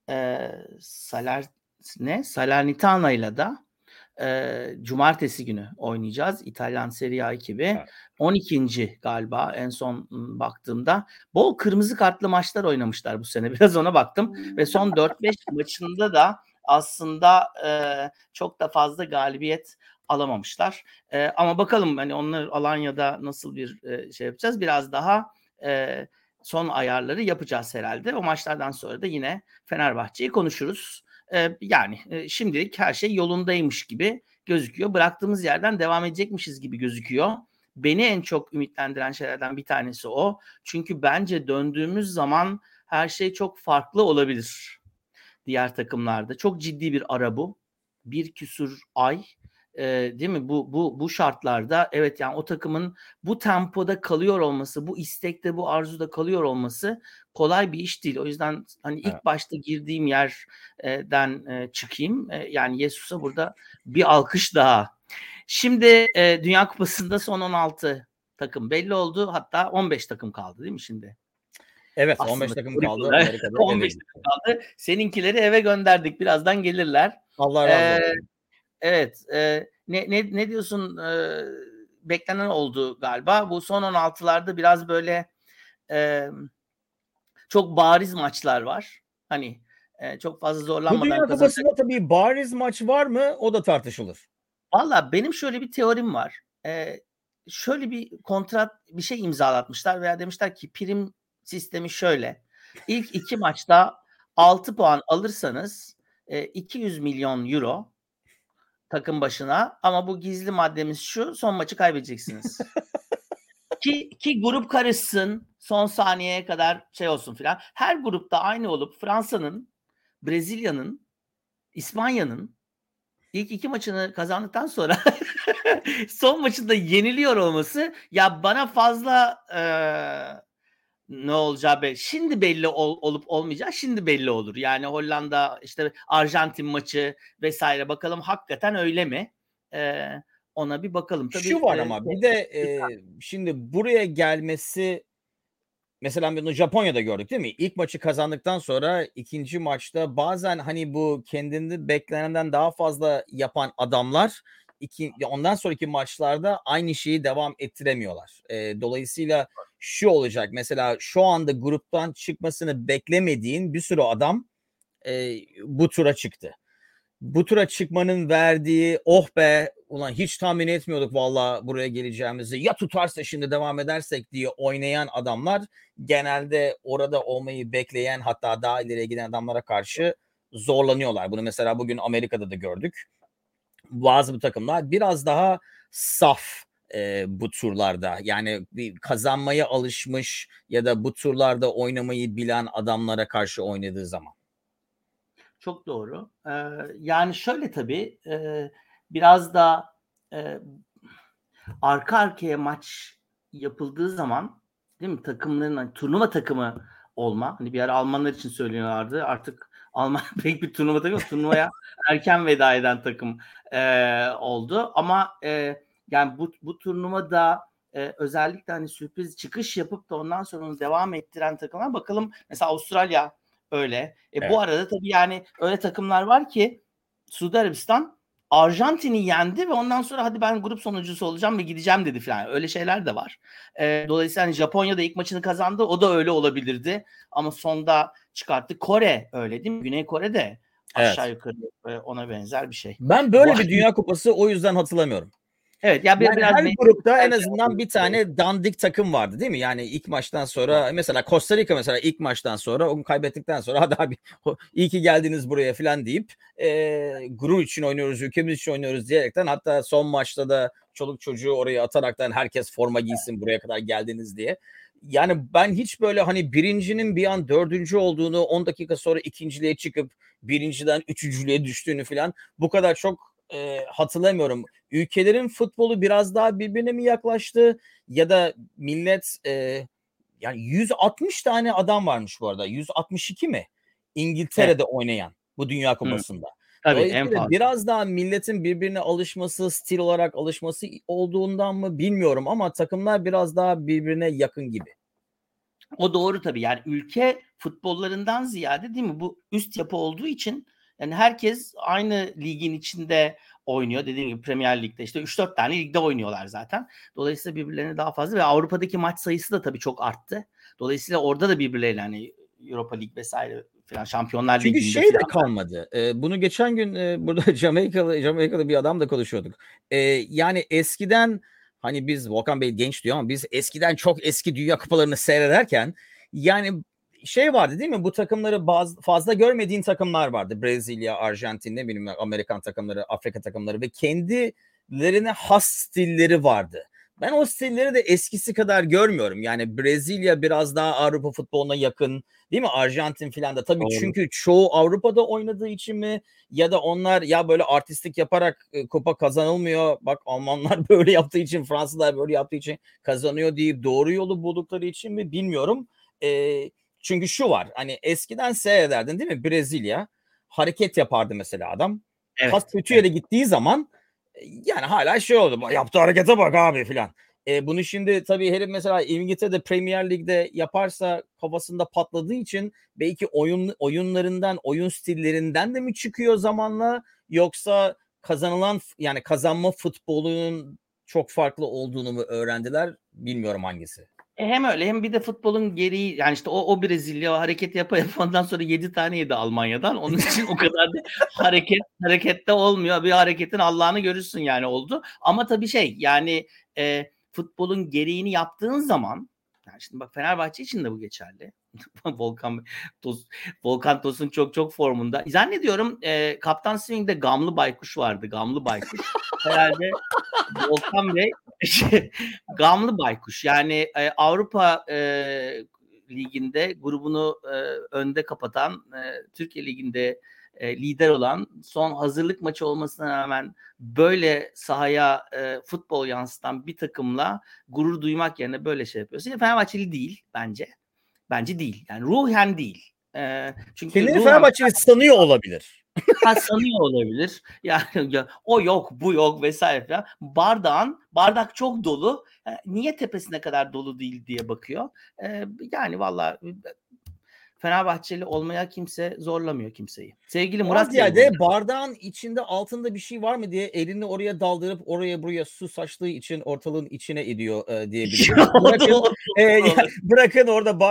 Salernitana da cumartesi günü oynayacağız. İtalyan Serie A ekibi. Evet. 12. galiba en son baktığımda. Bol kırmızı kartlı maçlar oynamışlar bu sene. Biraz ona baktım ve son 4-5 maçında da aslında çok da fazla galibiyet alamamışlar. Ama bakalım hani onlar Alanya'da nasıl bir şey yapacağız. Biraz daha son ayarları yapacağız herhalde. O maçlardan sonra da yine Fenerbahçe'yi konuşuruz. Yani şimdilik her şey yolundaymış gibi gözüküyor. Bıraktığımız yerden devam edecekmişiz gibi gözüküyor. Beni en çok ümitlendiren şeylerden bir tanesi o. Çünkü bence döndüğümüz zaman her şey çok farklı olabilir diğer takımlarda. Çok ciddi bir ara bu. Bir küsur ay. Değil mi? Bu şartlarda evet yani o takımın bu tempoda kalıyor olması, bu istekte, bu arzuda kalıyor olması kolay bir iş değil. O yüzden hani Evet. ilk başta girdiğim yerden çıkayım. Yani Jesus'a burada bir alkış daha. Şimdi Dünya Kupası'nda son 16 takım belli oldu. Hatta 15 takım kaldı değil mi şimdi? Evet, 15 Aslında takım teorik kaldı. olarak Amerika'da eve 15 gitti. takım kaldı. Seninkileri eve gönderdik. Birazdan gelirler. Allah razı Eee, olsun. evet. Ne diyorsun? Beklenen oldu galiba. Bu son 16'larda biraz böyle emm, çok bariz maçlar var. Hani çok fazla Bu zorlanmadan Dünya kazanacak. Kupası'nda tabii bariz maç var mı? O da tartışılır. Valla benim şöyle bir teorim var. Şöyle bir kontrat bir şey imzalatmışlar veya demişler ki prim sistemi şöyle. İlk 2 maçta 6 puan alırsanız 200 milyon euro takım başına ama bu gizli maddemiz şu, son maçı kaybedeceksiniz. Ki grup karışsın, son saniyeye kadar şey olsun filan. Her grupta aynı olup Fransa'nın, Brezilya'nın, İspanya'nın İlk 2 maçını kazandıktan sonra son maçında yeniliyor olması ya bana fazla, ne olacağı şimdi belli olup olmayacağı şimdi belli olur. Yani Hollanda, işte Arjantin maçı vesaire bakalım hakikaten öyle mi? Eee, Ona bir bakalım. Şu Tabii var ama bir de şimdi buraya gelmesi mesela bunu Japonya'da gördük değil mi? İlk maçı kazandıktan sonra ikinci maçta bazen hani bu kendini beklenenden daha fazla yapan adamlar ondan sonraki maçlarda aynı şeyi devam ettiremiyorlar. Dolayısıyla şu olacak mesela şu anda gruptan çıkmasını beklemediğin bir sürü adam bu tura çıktı. Bu tura çıkmanın verdiği oh be ulan hiç tahmin etmiyorduk valla buraya geleceğimizi ya tutarsa şimdi devam edersek diye oynayan adamlar genelde orada olmayı bekleyen hatta daha ileriye giden adamlara karşı zorlanıyorlar. Bunu mesela bugün Amerika'da da gördük. Bazı bu takımlar biraz daha saf bu turlarda yani bir kazanmaya alışmış ya da bu turlarda oynamayı bilen adamlara karşı oynadığı zaman. Çok doğru. Yani şöyle tabii biraz da arka arkaya maç yapıldığı zaman değil mi takımların hani, turnuva takımı olma. Hani bir ara Almanlar için söylüyorlardı. Artık Alman pek bir turnuva takımı turnuvaya erken veda eden takım oldu. Ama yani bu turnuvada özellikle hani sürpriz çıkış yapıp da ondan sonra onu devam ettiren takımlar bakalım. Mesela Avustralya öyle. Evet. Bu arada tabii yani öyle takımlar var ki Suudi Arabistan Arjantin'i yendi ve ondan sonra hadi ben grup sonuncusu olacağım ve gideceğim dedi falan. Öyle şeyler de var. Dolayısıyla hani Japonya'da ilk maçını kazandı. O da öyle olabilirdi. Ama sonda çıkarttı. Kore öyle değil mi? Güney Kore de aşağı Evet. yukarı ona benzer bir şey. Ben Bu böyle bir Dünya Kupası o yüzden hatırlamıyorum. Evet ya Yani biraz her grupta en belki azından bir tane dandik takım vardı değil mi? Yani ilk maçtan sonra mesela Costa Rica mesela ilk maçtan sonra onu kaybettikten sonra hadi abi iyi ki geldiniz buraya falan deyip gurur için oynuyoruz, ülkemiz için oynuyoruz diyerekten hatta son maçta da çoluk çocuğu oraya ataraktan herkes forma giysin buraya kadar geldiniz diye. Yani ben hiç böyle hani birincinin bir an dördüncü olduğunu 10 dakika sonra ikinciliğe çıkıp birinciden üçüncülüğe düştüğünü falan bu kadar çok hatırlamıyorum. Ülkelerin futbolu biraz daha birbirine mi yaklaştı ya da millet yani 160 tane adam varmış bu arada. 162 mi? evet. İngiltere'de oynayan bu Dünya Hı, Kupası'nda. tabii en Dolayısıyla fazla. biraz daha milletin birbirine alışması, stil olarak alışması olduğundan mı bilmiyorum ama takımlar biraz daha birbirine yakın gibi. O doğru tabii. Yani ülke futbollarından ziyade değil mi? Bu üst yapı olduğu için yani herkes aynı ligin içinde oynuyor. Dediğim gibi Premier Lig'de işte 3-4 tane ligde oynuyorlar zaten. Dolayısıyla birbirlerine daha fazla ve Avrupa'daki maç sayısı da tabii çok arttı. Dolayısıyla orada da birbirleriyle hani Europa Lig vesaire falan Şampiyonlar Çünkü Ligi'nde şey de falan. kalmadı. Bunu geçen gün burada Jamaikalı bir adam da konuşuyorduk. Yani eskiden hani biz Volkan Bey genç diyor ama biz eskiden çok eski Dünya Kupalarını seyrederken yani şey vardı değil mi? Bu takımları fazla görmediğin takımlar vardı. Brezilya, Arjantin, ne bileyim Amerikan takımları, Afrika takımları ve kendilerine has stilleri vardı. Ben o stilleri de eskisi kadar görmüyorum. Yani Brezilya biraz daha Avrupa futboluna yakın. Değil mi? Arjantin filan da tabii Doğru. çünkü çoğu Avrupa'da oynadığı için mi ya da onlar ya böyle artistlik yaparak kupa kazanılmıyor. Bak Almanlar böyle yaptığı için Fransızlar böyle yaptığı için kazanıyor deyip doğru yolu buldukları için mi bilmiyorum. Çünkü şu var hani eskiden seyrederdin değil mi? Brezilya hareket yapardı mesela adam. Pas Evet. kötü Evet. yere gittiği zaman yani hala şey oldu. Yaptığı harekete bak abi filan. Bunu şimdi tabii herif mesela İngiltere'de Premier Lig'de yaparsa kafasında patladığı için belki oyunlarından, oyun stillerinden de mi çıkıyor zamanla yoksa kazanılan yani kazanma futbolunun çok farklı olduğunu mu öğrendiler? Bilmiyorum hangisi. Hem öyle hem bir de futbolun gereği yani işte o Brezilya o hareket yapa ondan sonra 7 tane yedi Almanya'dan. Onun için o kadar da harekette olmuyor. Bir hareketin Allah'ını görürsün yani oldu. Ama tabii şey yani futbolun gereğini yaptığın zaman yani şimdi bak Fenerbahçe için de bu geçerli. Volkan Tos, Volkan Tosun çok çok formunda. Zannediyorum Kaptan Swing'de Gamlı Baykuş vardı. Gamlı Baykuş. Herhalde Volkan Bey Gamlı Baykuş. Yani Avrupa Ligi'nde grubunu önde kapatan, Türkiye Ligi'nde lider olan, son hazırlık maçı olmasına rağmen böyle sahaya futbol yansıtan bir takımla gurur duymak yerine böyle şey yapıyorsun. Fenerbahçeli değil bence. Bence değil. Yani ruhen değil. Çünkü Kendini ruhen Fenerbahçeli sanıyor olabilir. Ha, sanıyor olabilir. Yani o yok, bu yok vesaire falan. Bardak çok dolu. Niye tepesine kadar dolu değil diye bakıyor. Yani valla Fenerbahçeli olmaya kimse zorlamıyor kimseyi. Sevgili Daha Murat Bey burada. ziyade bardağın içinde altında bir şey var mı diye elini oraya daldırıp oraya buraya su saçtığı için ortalığın içine ediyor diyebiliriz. Bırakın orada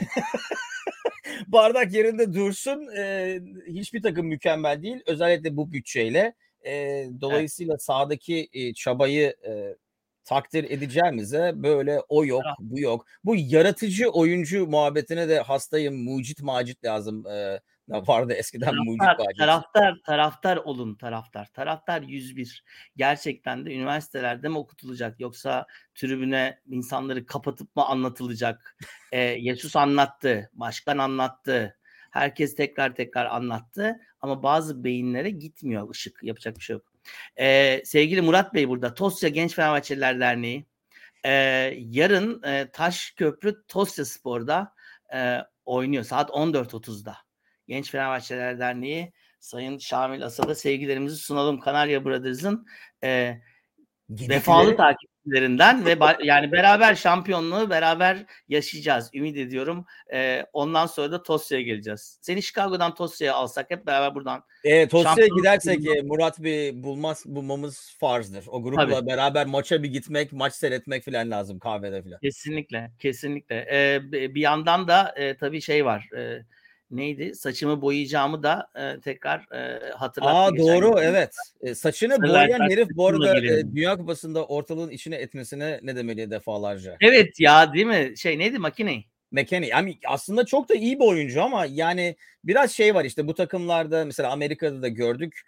bardak yerinde dursun. Hiçbir takım mükemmel değil. Özellikle bu bütçeyle. Evet. Dolayısıyla sahadaki çabayı takdir edeceğimize böyle o yok, bu yok. Bu yaratıcı oyuncu muhabbetine de hastayım. Mucit Macit lazım. Vardı eskiden Mucit Macit. Taraftar olun taraftar. Taraftar 101. Gerçekten de üniversitelerde mi okutulacak yoksa tribüne insanları kapatıp mı anlatılacak? Jesus anlattı, başkan anlattı. Herkes tekrar anlattı ama bazı beyinlere gitmiyor ışık. Yapacak bir şey yok. Sevgili Murat Bey burada. Tosya Genç Fenerbahçeliler Derneği. Yarın Taşköprü Tosya Spor'da oynuyor. Saat 14.30'da. Genç Fenerbahçeliler Derneği Sayın Şamil Asad'a sevgilerimizi sunalım. Kanarya Brothers'ın vefalı takipçilerinden ve yani beraber şampiyonluğu beraber yaşayacağız. Ümit ediyorum. Ondan sonra da Tosya'ya geleceğiz. Seni Chicago'dan Tosya'ya alsak hep beraber buradan. Tosya'ya gidersek Murat Bey bulmamız farzdır. O grupla Tabii. beraber maça bir gitmek, maç seyretmek falan lazım kahvede falan. Kesinlikle. Bir yandan da tabii şey var. Neydi? Saçımı boyayacağımı da tekrar hatırlattı geçen Doğru, gün. evet. Saçını Sarı boyayan lacivert herif bu saçımla arada gelirim. Dünya Kupası'nda ortalığın içine etmesine ne demeli defalarca. Evet ya, değil mi? Neydi? McKinney. McKennie. Yani aslında çok da iyi bir oyuncu ama yani biraz şey var işte bu takımlarda mesela Amerika'da da gördük.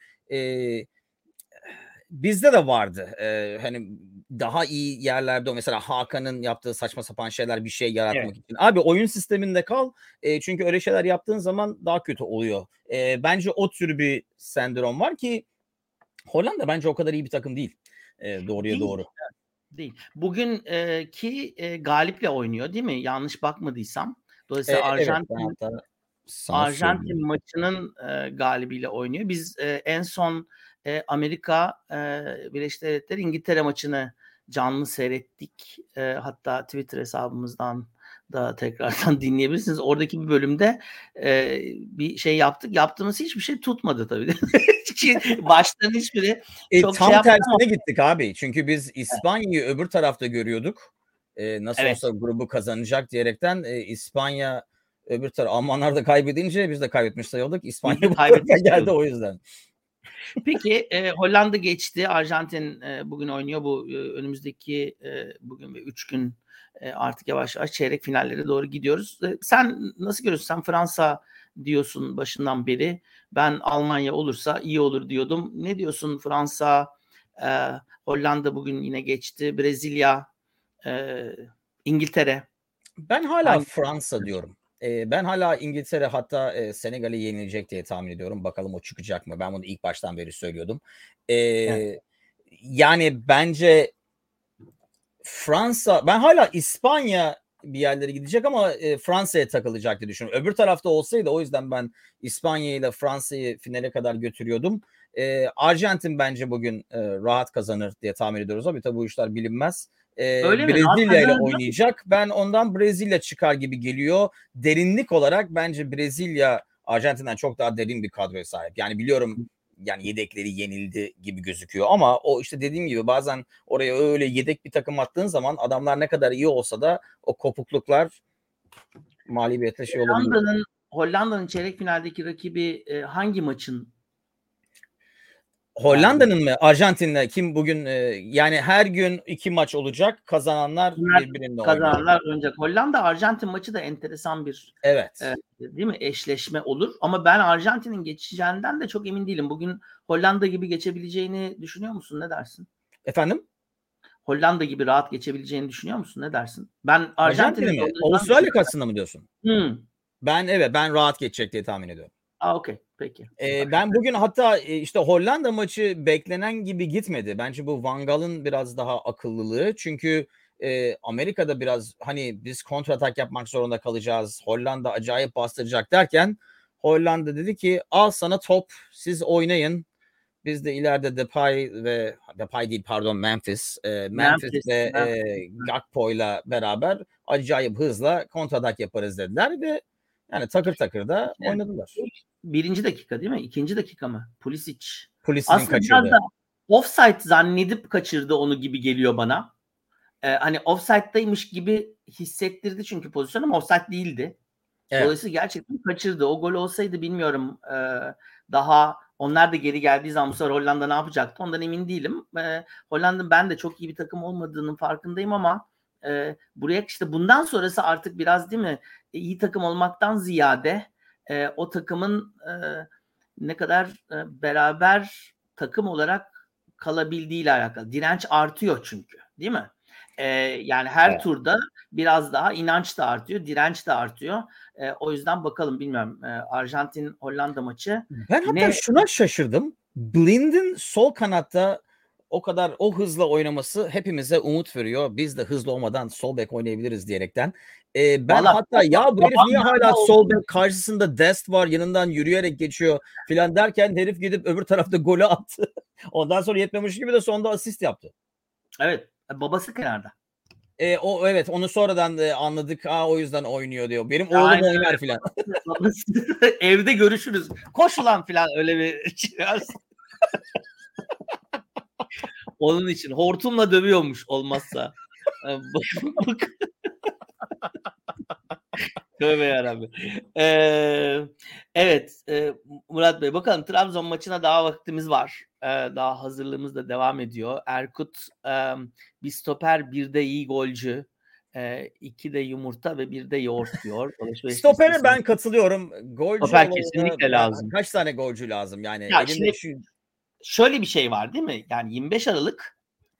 Bizde de vardı. Hani daha iyi yerlerde o mesela Hakan'ın yaptığı saçma sapan şeyler bir şey Evet. yaratmak için. Abi oyun sisteminde kal. Çünkü öyle şeyler yaptığın zaman daha kötü oluyor. Bence o tür bir sendrom var ki Hollanda bence o kadar iyi bir takım değil. Doğruya Değil. doğru. Değil. Bugün ki Galip'le oynuyor değil mi? Yanlış bakmadıysam. Dolayısıyla Evet ben hatta sana Arjantin söyleyeyim. maçının galibiyle oynuyor. Biz en son Amerika Birleşik Devletleri İngiltere maçını canlı seyrettik. Hatta Twitter hesabımızdan da tekrardan dinleyebilirsiniz. Oradaki bir bölümde bir şey yaptık. Yaptığımız hiçbir şey tutmadı tabii. Başların hiçbiri çok şey Tam yapmadı ama tersine gittik abi. Çünkü biz İspanya'yı öbür tarafta görüyorduk. Nasıl evet. olsa grubu kazanacak diyerekten İspanya öbür taraf Almanlar da kaybedince biz de kaybetmiş sayıldık. Biz de İspanya bu tarafa kaybetmiş geldi olduk. o yüzden. Peki Hollanda geçti. Arjantin bugün oynuyor. Bu önümüzdeki bugün ve 3 gün artık yavaş yavaş çeyrek finallere doğru gidiyoruz. Sen nasıl görüyorsun? Sen Fransa diyorsun başından beri. Ben Almanya olursa iyi olur diyordum. Ne diyorsun Fransa, Hollanda bugün yine geçti. Brezilya, İngiltere. Ben hala Hangi? Fransa diyorum. Ben hala İngiltere hatta Senegal'e yenilecek diye tahmin ediyorum. Bakalım o çıkacak mı? Ben bunu ilk baştan beri söylüyordum. Evet. Yani bence Fransa, ben hala İspanya bir yerlere gidecek ama Fransa'ya takılacak diye düşünüyorum. Öbür tarafta olsaydı o yüzden ben İspanya ile Fransa'yı finale kadar götürüyordum. Arjantin bence bugün rahat kazanır diye tahmin ediyoruz. Tabii bu işler bilinmez. Öyle mi? Rahat Brezilya ile kazanır mı? oynayacak. Ben ondan Brezilya çıkar gibi geliyor. Derinlik olarak bence Brezilya Arjantin'den çok daha derin bir kadroya sahip. Yani biliyorum yani yedekleri yenildi gibi gözüküyor ama o işte dediğim gibi bazen oraya öyle yedek bir takım attığın zaman adamlar ne kadar iyi olsa da o kopukluklar mağlubiyetle şey olabiliyor. Hollanda'nın çeyrek finaldeki rakibi hangi maçın galibi? Hollanda'nın mı Arjantin'le kim bugün yani her gün 2 maç olacak. Kazananlar Bunlar birbirine oynayacak. kazananlar oynayacak. Hollanda Arjantin maçı da enteresan bir Evet. değil mi? Eşleşme olur. Ama ben Arjantin'in geçeceğinden de çok emin değilim. Bugün Hollanda gibi geçebileceğini düşünüyor musun? Ne dersin? Efendim? Hollanda gibi rahat geçebileceğini düşünüyor musun? Ne dersin? Ben Arjantin'in Arjantin'i mi? zorlanacağını Avustralya düşünüyorum. karşısında mı diyorsun? Hmm. Ben rahat geçecek diye tahmin ediyorum. Okey. Peki. Süper. Ben bugün hatta işte Hollanda maçı beklenen gibi gitmedi. Bence bu Van Gaal'ın biraz daha akıllılığı. Çünkü Amerika'da biraz hani biz kontratak yapmak zorunda kalacağız. Hollanda acayip bastıracak derken Hollanda dedi ki al sana top, siz oynayın. Biz de ileride Depay değil pardon Memphis. Memphis Memphis, ve Memphis. Gakpo'yla beraber acayip hızla kontratak yaparız dediler ve yani takır takır da oynadılar. Birinci dakika değil mi? İkinci dakika mı? Pulisic. Pulisic'in Aslında biraz kaçırdı. da offside zannedip kaçırdı onu gibi geliyor bana. Hani offside'daymış gibi hissettirdi çünkü pozisyon ama offside değildi. Evet. Dolayısıyla gerçekten kaçırdı. O gol olsaydı bilmiyorum daha onlar da geri geldiği zaman bu sefer Hollanda ne yapacaktı ondan emin değilim. Hollanda'nın ben de çok iyi bir takım olmadığının farkındayım ama buraya işte bundan sonrası artık biraz değil mi iyi takım olmaktan ziyade o takımın ne kadar beraber takım olarak kalabildiğiyle alakalı. Direnç artıyor çünkü değil mi? Yani her turda biraz daha inanç da artıyor, direnç de artıyor. O yüzden bakalım bilmiyorum. Arjantin-Hollanda maçı Ben hatta ne şuna şaşırdım. Blind'in sol kanatta o kadar o hızla oynaması hepimize umut veriyor. Biz de hızlı olmadan sol bek oynayabiliriz diyerekten. Ben valla hatta ya bu herif niye hala sol bek karşısında Dest var yanından yürüyerek geçiyor filan derken herif gidip öbür tarafta golü attı. Ondan sonra yetmemiş gibi de sonunda asist yaptı. Evet. Babası kenarda. Evet onu sonradan anladık. O yüzden oynuyor diyor. Benim oğlum Aynen oynar öyle. filan. Evde görüşürüz. Koş ulan filan öyle bir çıkarsın. Onun için hortumla dövüyormuş olmazsa. Tövbe yarabbim. Evet Murat Bey bakalım Trabzon maçına daha vaktimiz var. Daha hazırlığımız da devam ediyor. Erkut bir stoper bir de iyi golcü. 2 de yumurta ve bir de yoğurt diyor. Stoper'e ben katılıyorum. Golcü Stoper olayında kesinlikle lazım. kaç tane golcü lazım? Yani Ya elinde şimdi şöyle bir şey var değil mi? Yani 25 Aralık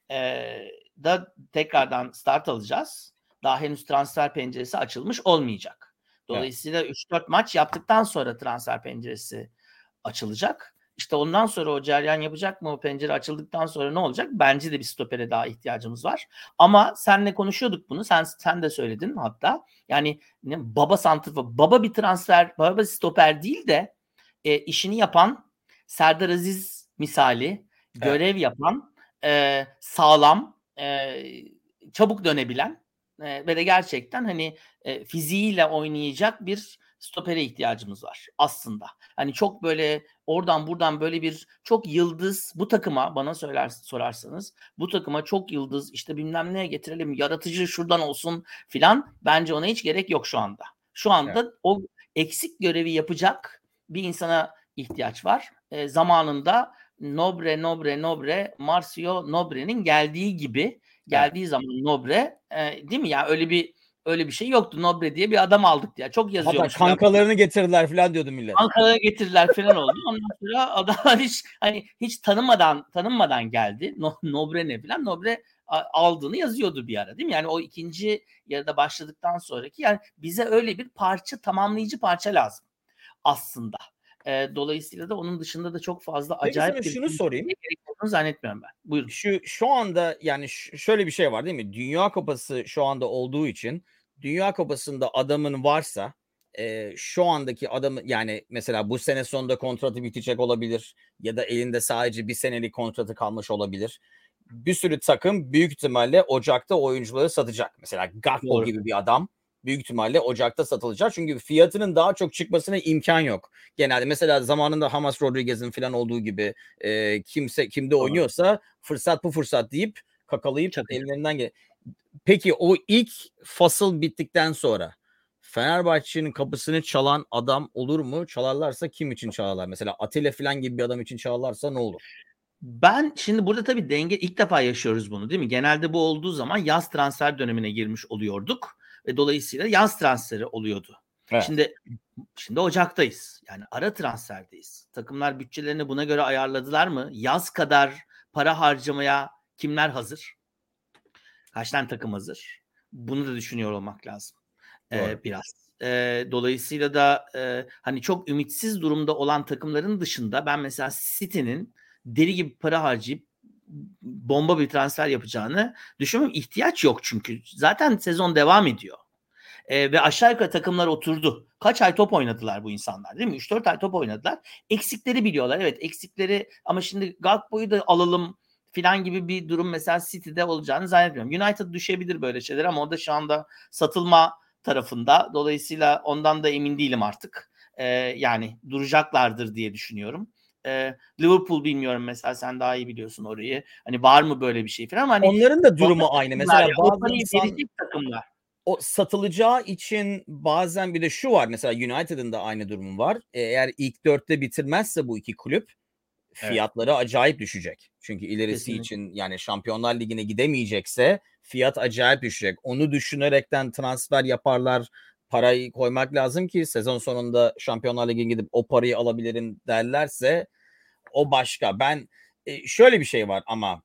da tekrardan start alacağız. Daha henüz transfer penceresi açılmış olmayacak. Dolayısıyla 3-4 maç yaptıktan sonra transfer penceresi açılacak. İşte ondan sonra o cereyan yapacak mı? O pencere açıldıktan sonra ne olacak? Bence de bir stopere daha ihtiyacımız var. Ama senle konuşuyorduk bunu. Sen de söyledin hatta. Yani baba santrfor, baba bir transfer, baba bir stoper değil de işini yapan Serdar Aziz misali görev yapan sağlam çabuk dönebilen ve de gerçekten hani fiziğiyle oynayacak bir stopere ihtiyacımız var aslında. Hani çok böyle oradan buradan böyle bir çok yıldız bu takıma bana sorarsanız bu takıma çok yıldız işte bilmem neye getirelim yaratıcı şuradan olsun filan bence ona hiç gerek yok şu anda. Şu anda o eksik görevi yapacak bir insana ihtiyaç var. Zamanında Nobre, Marcio Nobre'nin geldiği gibi geldiği zaman Nobre değil mi ya öyle bir şey yoktu. Nobre diye bir adam aldık diye. Çok Hatta yazıyormuş. kankalarını getirdiler falan diyordu millet. Ankara'ya getirdiler falan oldu. Ondan sonra adam hiç tanınmadan geldi. Nobre ne falan. Nobre aldığını yazıyordu bir ara değil mi? Yani o ikinci yarıda başladıktan sonraki yani bize öyle bir parça tamamlayıcı parça lazım aslında. Dolayısıyla da onun dışında da çok fazla Peki sana acayip bir şunu sorayım. gerek olduğunu zannetmiyorum ben. Buyurun. Şu anda yani şöyle bir şey var değil mi? Dünya Kupası şu anda olduğu için Dünya Kupası'nda adamın varsa şu andaki adamı yani mesela bu sene sonunda kontratı bitecek olabilir ya da elinde sadece bir senelik kontratı kalmış olabilir. Bir sürü takım büyük ihtimalle Ocak'ta oyuncuları satacak. Mesela Gakpo gibi bir adam büyük ihtimalle Ocak'ta satılacak. Çünkü fiyatının daha çok çıkmasına imkan yok. Genelde mesela zamanında James Rodriguez'in falan olduğu gibi kimde oynuyorsa fırsat bu fırsat deyip kakalayıp ellerinden gel. Peki o ilk fasıl bittikten sonra Fenerbahçe'nin kapısını çalan adam olur mu? Çalarlarsa kim için çalarlar? Mesela Atilla falan gibi bir adam için çalarlarsa ne olur? Ben şimdi burada tabii ilk defa yaşıyoruz bunu değil mi? Genelde bu olduğu zaman yaz transfer dönemine girmiş oluyorduk ve dolayısıyla yaz transferi oluyordu. Evet. Şimdi Ocak'tayız. Yani ara transferdeyiz. Takımlar bütçelerini buna göre ayarladılar mı? Yaz kadar para harcamaya kimler hazır? Kaç tane takım hazır? Bunu da düşünüyor olmak lazım. Biraz. Dolayısıyla da hani çok ümitsiz durumda olan takımların dışında ben mesela City'nin deli gibi para harcayıp bomba bir transfer yapacağını düşünmüyorum. İhtiyaç yok çünkü. Zaten sezon devam ediyor. Ve aşağı yukarı takımlar oturdu. Kaç ay top oynadılar bu insanlar, değil mi? 3-4 ay top oynadılar. Eksikleri biliyorlar. Evet, eksikleri, ama şimdi Gakpo'yu da alalım filan gibi bir durum mesela City'de olacağını zannetmiyorum. United düşebilir böyle şeyler ama o da şu anda satılma tarafında. Dolayısıyla ondan da emin değilim artık. Yani duracaklardır diye düşünüyorum. Liverpool bilmiyorum, mesela sen daha iyi biliyorsun orayı. Hani var mı böyle bir şey falan ama hani Onların da durumu aynı. Mesela o bazı parayı insan verecek takımlar. o satılacağı için bazen bir de şu var. Mesela United'ın da aynı durumu var. Eğer ilk 4'te bitirmezse bu iki kulüp Evet, fiyatları acayip düşecek. Çünkü ilerisi kesinlikle. için yani Şampiyonlar Ligi'ne gidemeyecekse fiyat acayip düşecek. Onu düşünerekten transfer yaparlar. Parayı koymak lazım ki sezon sonunda Şampiyonlar Ligi'ne gidip o parayı alabilirim derlerse o başka. Ben şöyle bir şey var ama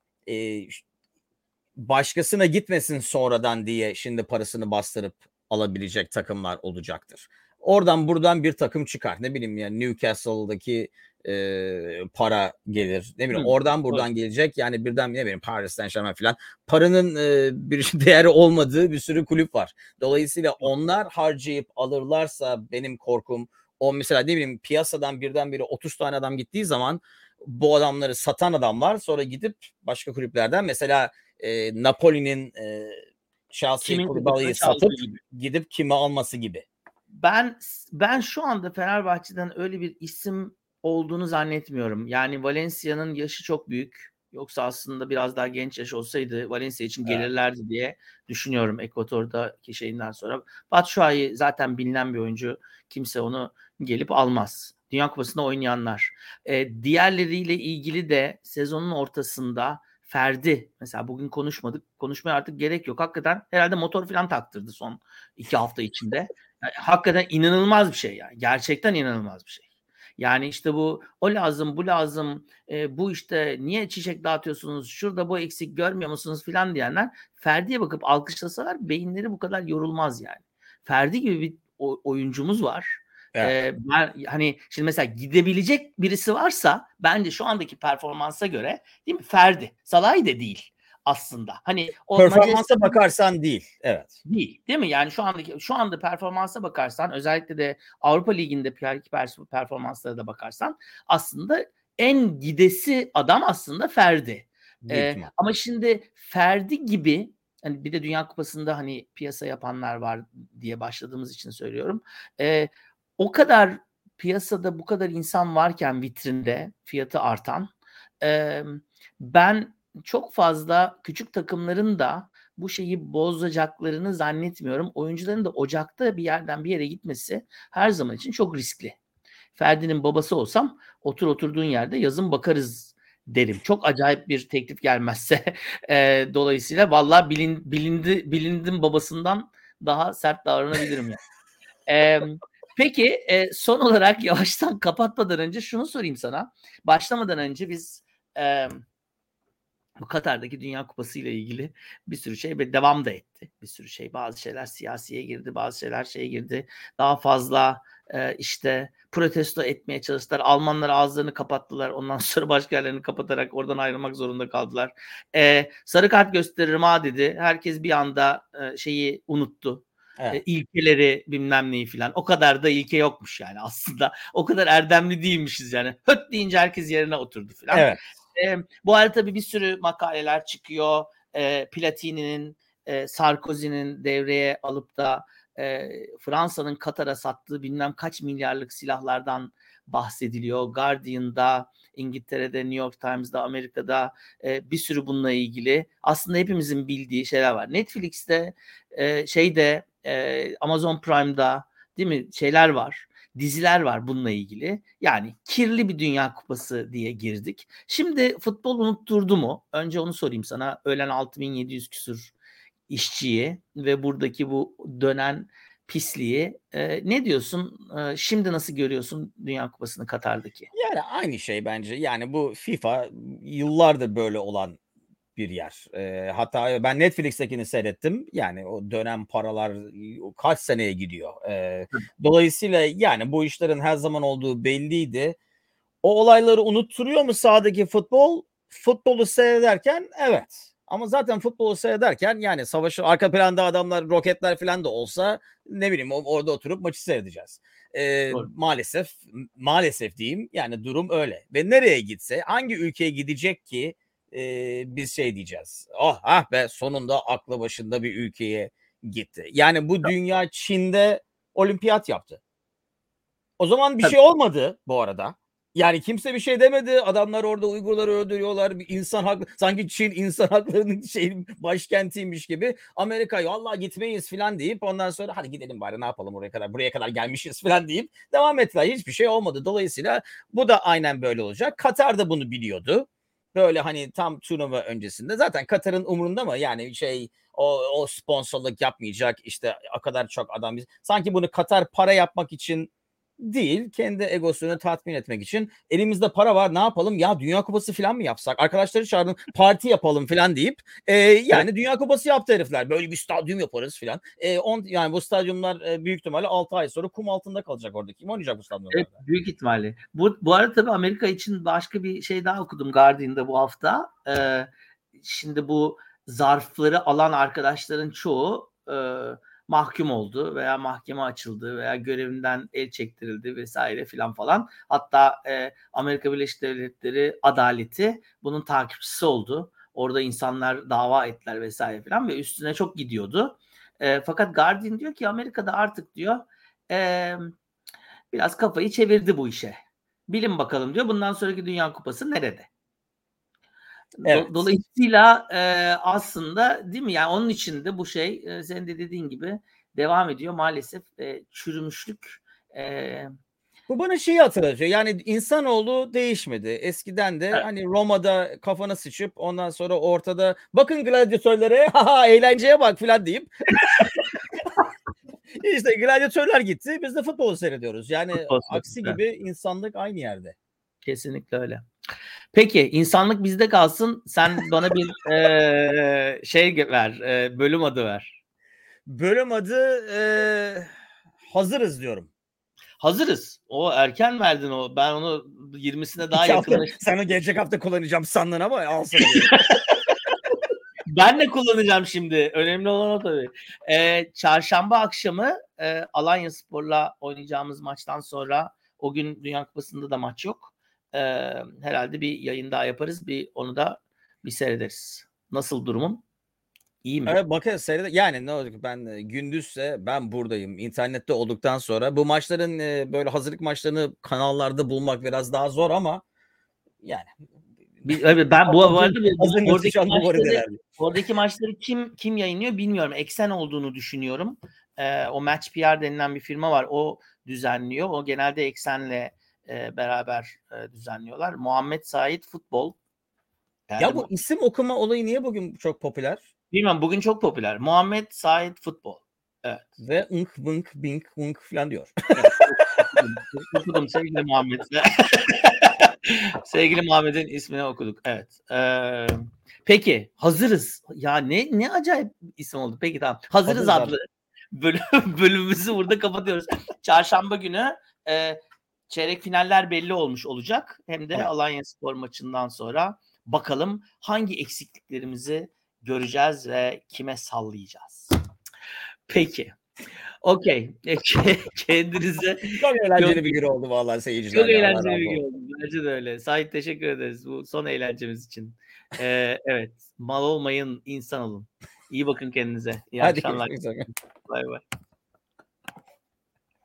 başkasına gitmesin sonradan diye şimdi parasını bastırıp alabilecek takımlar olacaktır. Oradan buradan bir takım çıkar. Ne bileyim yani Newcastle'daki para gelir. Ne bileyim Hı, oradan doğru. buradan gelecek. Yani birden ne bileyim Paris Saint-Germain falan. Paranın bir değeri olmadığı bir sürü kulüp var. Dolayısıyla onlar harcayıp alırlarsa benim korkum o, mesela ne bileyim piyasadan birdenbire 30 tane adam gittiği zaman bu adamları satan adamlar sonra gidip başka kulüplerden mesela Napoli'nin Chelsea Kimin kafasına Koulibaly'yi satıp çaldığı gibi. gidip kimi alması gibi. Ben şu anda Fenerbahçe'den öyle bir isim olduğunu zannetmiyorum. Yani Valencia'nın yaşı çok büyük. Yoksa aslında biraz daha genç yaş olsaydı Valencia için Evet. gelirlerdi diye düşünüyorum Ekvator'daki şeyinden sonra. Batshuayi zaten bilinen bir oyuncu. Kimse onu gelip almaz. Dünya Kupası'nda oynayanlar. Diğerleriyle ilgili de sezonun ortasında Ferdi, mesela bugün konuşmadık. Konuşmaya artık gerek yok. Hakikaten herhalde motor falan taktırdı son 2 hafta içinde. Yani hakikaten inanılmaz bir şey yani. Gerçekten inanılmaz bir şey. Yani işte bu o lazım, bu lazım, bu işte niye çiçek dağıtıyorsunuz, şurada bu eksik görmüyor musunuz filan diyenler Ferdi'ye bakıp alkışlasalar beyinleri bu kadar yorulmaz yani. Ferdi gibi bir oyuncumuz var. Evet. Ben hani şimdi mesela gidebilecek birisi varsa bence şu andaki performansa göre, değil mi? Ferdi. Salah'ı da değil aslında. Hani o Performansa Macaristan bakarsan değil. Evet. değil mi? Yani şu anda performansa bakarsan, özellikle de Avrupa Ligi'nde performanslara da bakarsan aslında en gidesi adam aslında Ferdi. Büyük ihtimal. Ama şimdi Ferdi gibi, hani bir de Dünya Kupası'nda hani piyasa yapanlar var diye başladığımız için söylüyorum. O kadar piyasada bu kadar insan varken vitrinde fiyatı artan, ben çok fazla küçük takımların da bu şeyi bozacaklarını zannetmiyorum. Oyuncuların da Ocak'ta bir yerden bir yere gitmesi her zaman için çok riskli. Ferdi'nin babası olsam oturduğun yerde yazın bakarız derim. Çok acayip bir teklif gelmezse. Dolayısıyla vallahi bilindim babasından daha sert davranabilirim yani. Peki son olarak yavaştan kapatmadan önce şunu sorayım sana. Başlamadan önce biz bu Katar'daki Dünya Kupası ile ilgili bir sürü şey ve devam da etti. Bir sürü şey, bazı şeyler siyasiye girdi, bazı şeyler şeye girdi. Daha fazla işte protesto etmeye çalıştılar. Almanlar ağızlarını kapattılar. Ondan sonra başka yerlerini kapatarak oradan ayrılmak zorunda kaldılar. Sarı kart gösteririm ha dedi. Herkes bir anda şeyi unuttu. Evet. İlkeleri bilmem neyi filan. O kadar da ilke yokmuş yani aslında. O kadar erdemli değilmişiz yani. Höt deyince herkes yerine oturdu filan. Evet. Bu arada tabii bir sürü makaleler çıkıyor. Platini'nin, Sarkozy'nin devreye alıp da Fransa'nın Katar'a sattığı bilmem kaç milyarlık silahlardan bahsediliyor. Guardian'da, İngiltere'de, New York Times'da, Amerika'da bir sürü bununla ilgili aslında hepimizin bildiği şeyler var. Netflix'te, Amazon Prime'da, değil mi, şeyler var, diziler var bununla ilgili. Yani kirli bir Dünya Kupası diye girdik. Şimdi futbol unutturdu mu? Önce onu sorayım sana. Ölen 6.700 küsur işçiyi ve buradaki bu dönen pisliği. Ne diyorsun? Şimdi nasıl görüyorsun Dünya Kupası'nı Katar'daki? Yani aynı şey bence. Yani bu FIFA yıllardır böyle olan bir yer. Hatta ben Netflix'tekini seyrettim. Yani o dönem paralar kaç seneye gidiyor. Dolayısıyla yani bu işlerin her zaman olduğu belliydi. O olayları unutturuyor mu sahadaki futbol? Futbolu seyrederken evet. Ama zaten futbolu seyrederken yani savaşı arka planda adamlar roketler falan da olsa ne bileyim orada oturup maçı seyredeceğiz. Doğru. Maalesef diyeyim yani durum öyle. Ve nereye gitse hangi ülkeye gidecek ki biz şey diyeceğiz. Oh ah be sonunda aklı başında bir ülkeye gitti. Yani bu dünya Çin'de olimpiyat yaptı. O zaman bir Tabii. şey olmadı bu arada. Yani kimse bir şey demedi. Adamlar orada Uygurları öldürüyorlar. Bir insan haklı. Sanki Çin insan haklarının başkentiymiş gibi. Amerika vallahi gitmeyiz falan deyip ondan sonra hadi gidelim bari ne yapalım buraya kadar gelmişiz falan deyip devam ettiler. Hiçbir şey olmadı. Dolayısıyla bu da aynen böyle olacak. Katar da bunu biliyordu. Böyle hani tam turnuva öncesinde. Zaten Katar'ın umurunda mı? Yani o sponsorluk yapmayacak işte o kadar çok adam. Sanki bunu Katar para yapmak için değil, kendi egosunu tatmin etmek için elimizde para var ne yapalım ya Dünya Kupası falan mı yapsak arkadaşları çağırın parti yapalım falan deyip yani Dünya Kupası yaptı herifler böyle bir stadyum yaparız falan yani bu stadyumlar büyük ihtimalle 6 ay sonra kum altında kalacak orada kim oynayacak bu stadyumlarda? Evet, büyük ihtimalle. Bu arada tabii Amerika için başka bir şey daha okudum Guardian'da bu hafta. Şimdi bu zarfları alan arkadaşların çoğu mahkum oldu veya mahkeme açıldı veya görevinden el çektirildi vesaire filan falan. Hatta Amerika Birleşik Devletleri adaleti bunun takipçisi oldu. Orada insanlar dava ettiler vesaire filan ve üstüne çok gidiyordu. Fakat Guardian diyor ki Amerika'da artık diyor biraz kafayı çevirdi bu işe. Bilin bakalım diyor. Bundan sonraki Dünya Kupası nerede? Evet. Dolayısıyla aslında değil mi? Yani onun için de bu şey senin de dediğin gibi devam ediyor. Maalesef çürümüşlük. Bu bana şeyi hatırlatıyor. Yani insanoğlu değişmedi. Eskiden de Evet. hani Roma'da kafana sıçıp ondan sonra ortada bakın gladyatörlere eğlenceye bak falan deyip işte gladyatörler gitti. Biz de futbolu seyrediyoruz. Yani aksi gibi insanlık aynı yerde. Kesinlikle öyle. Peki insanlık bizde kalsın. Sen bana bir şey ver. Bölüm adı ver. Bölüm adı hazırız diyorum. Hazırız. O erken verdin o. Ben onu 20'sine daha 2 hafta yakınlaştım. sana gelecek hafta kullanacağım sandın ama al sana. Ben de kullanacağım şimdi. Önemli olan o tabii. Çarşamba akşamı Alanyaspor'la oynayacağımız maçtan sonra o gün Dünya Kupası'nda da maç yok. Herhalde bir yayın daha yaparız. Onu da bir seyrederiz. Nasıl durumum? İyi mi? Evet bakarız yani ne olacak ben gündüzse ben buradayım. İnternette olduktan sonra bu maçların böyle hazırlık maçlarını kanallarda bulmak biraz daha zor ama yani Evet, ben bu arada oradaki maçları kim yayınlıyor bilmiyorum. Eksen olduğunu düşünüyorum. O Match PR denilen bir firma var. O düzenliyor. O genelde Eksen'le beraber düzenliyorlar. Muhammed Said Futbol. Ya bu isim okuma olayı niye bugün çok popüler? Bilmem bugün çok popüler. Muhammed Said Futbol. Evet. Ve ınk bınk bink unk falan diyor. Evet. Okudum sevgili Muhammed. Sevgili Muhammed'in ismini okuduk. Evet. Peki hazırız. Ya ne acayip isim oldu. Peki tamam. Hazırız adlı bölümümüzü burada kapatıyoruz. Çarşamba günü çeyrek finaller belli olmuş olacak. Hem de Alanyaspor maçından sonra bakalım hangi eksikliklerimizi göreceğiz ve kime sallayacağız. Peki. Okey. Kendinize çok eğlenceli bir gün oldu vallahi seyirciler. Çok eğlenceli bir gün oldu. Bence de öyle. Sait teşekkür ederiz bu son eğlencemiz için. Evet. Mal olmayın, insan olun. İyi bakın kendinize. İyi Hadi akşamlar. görüşmek üzere. Bay bay.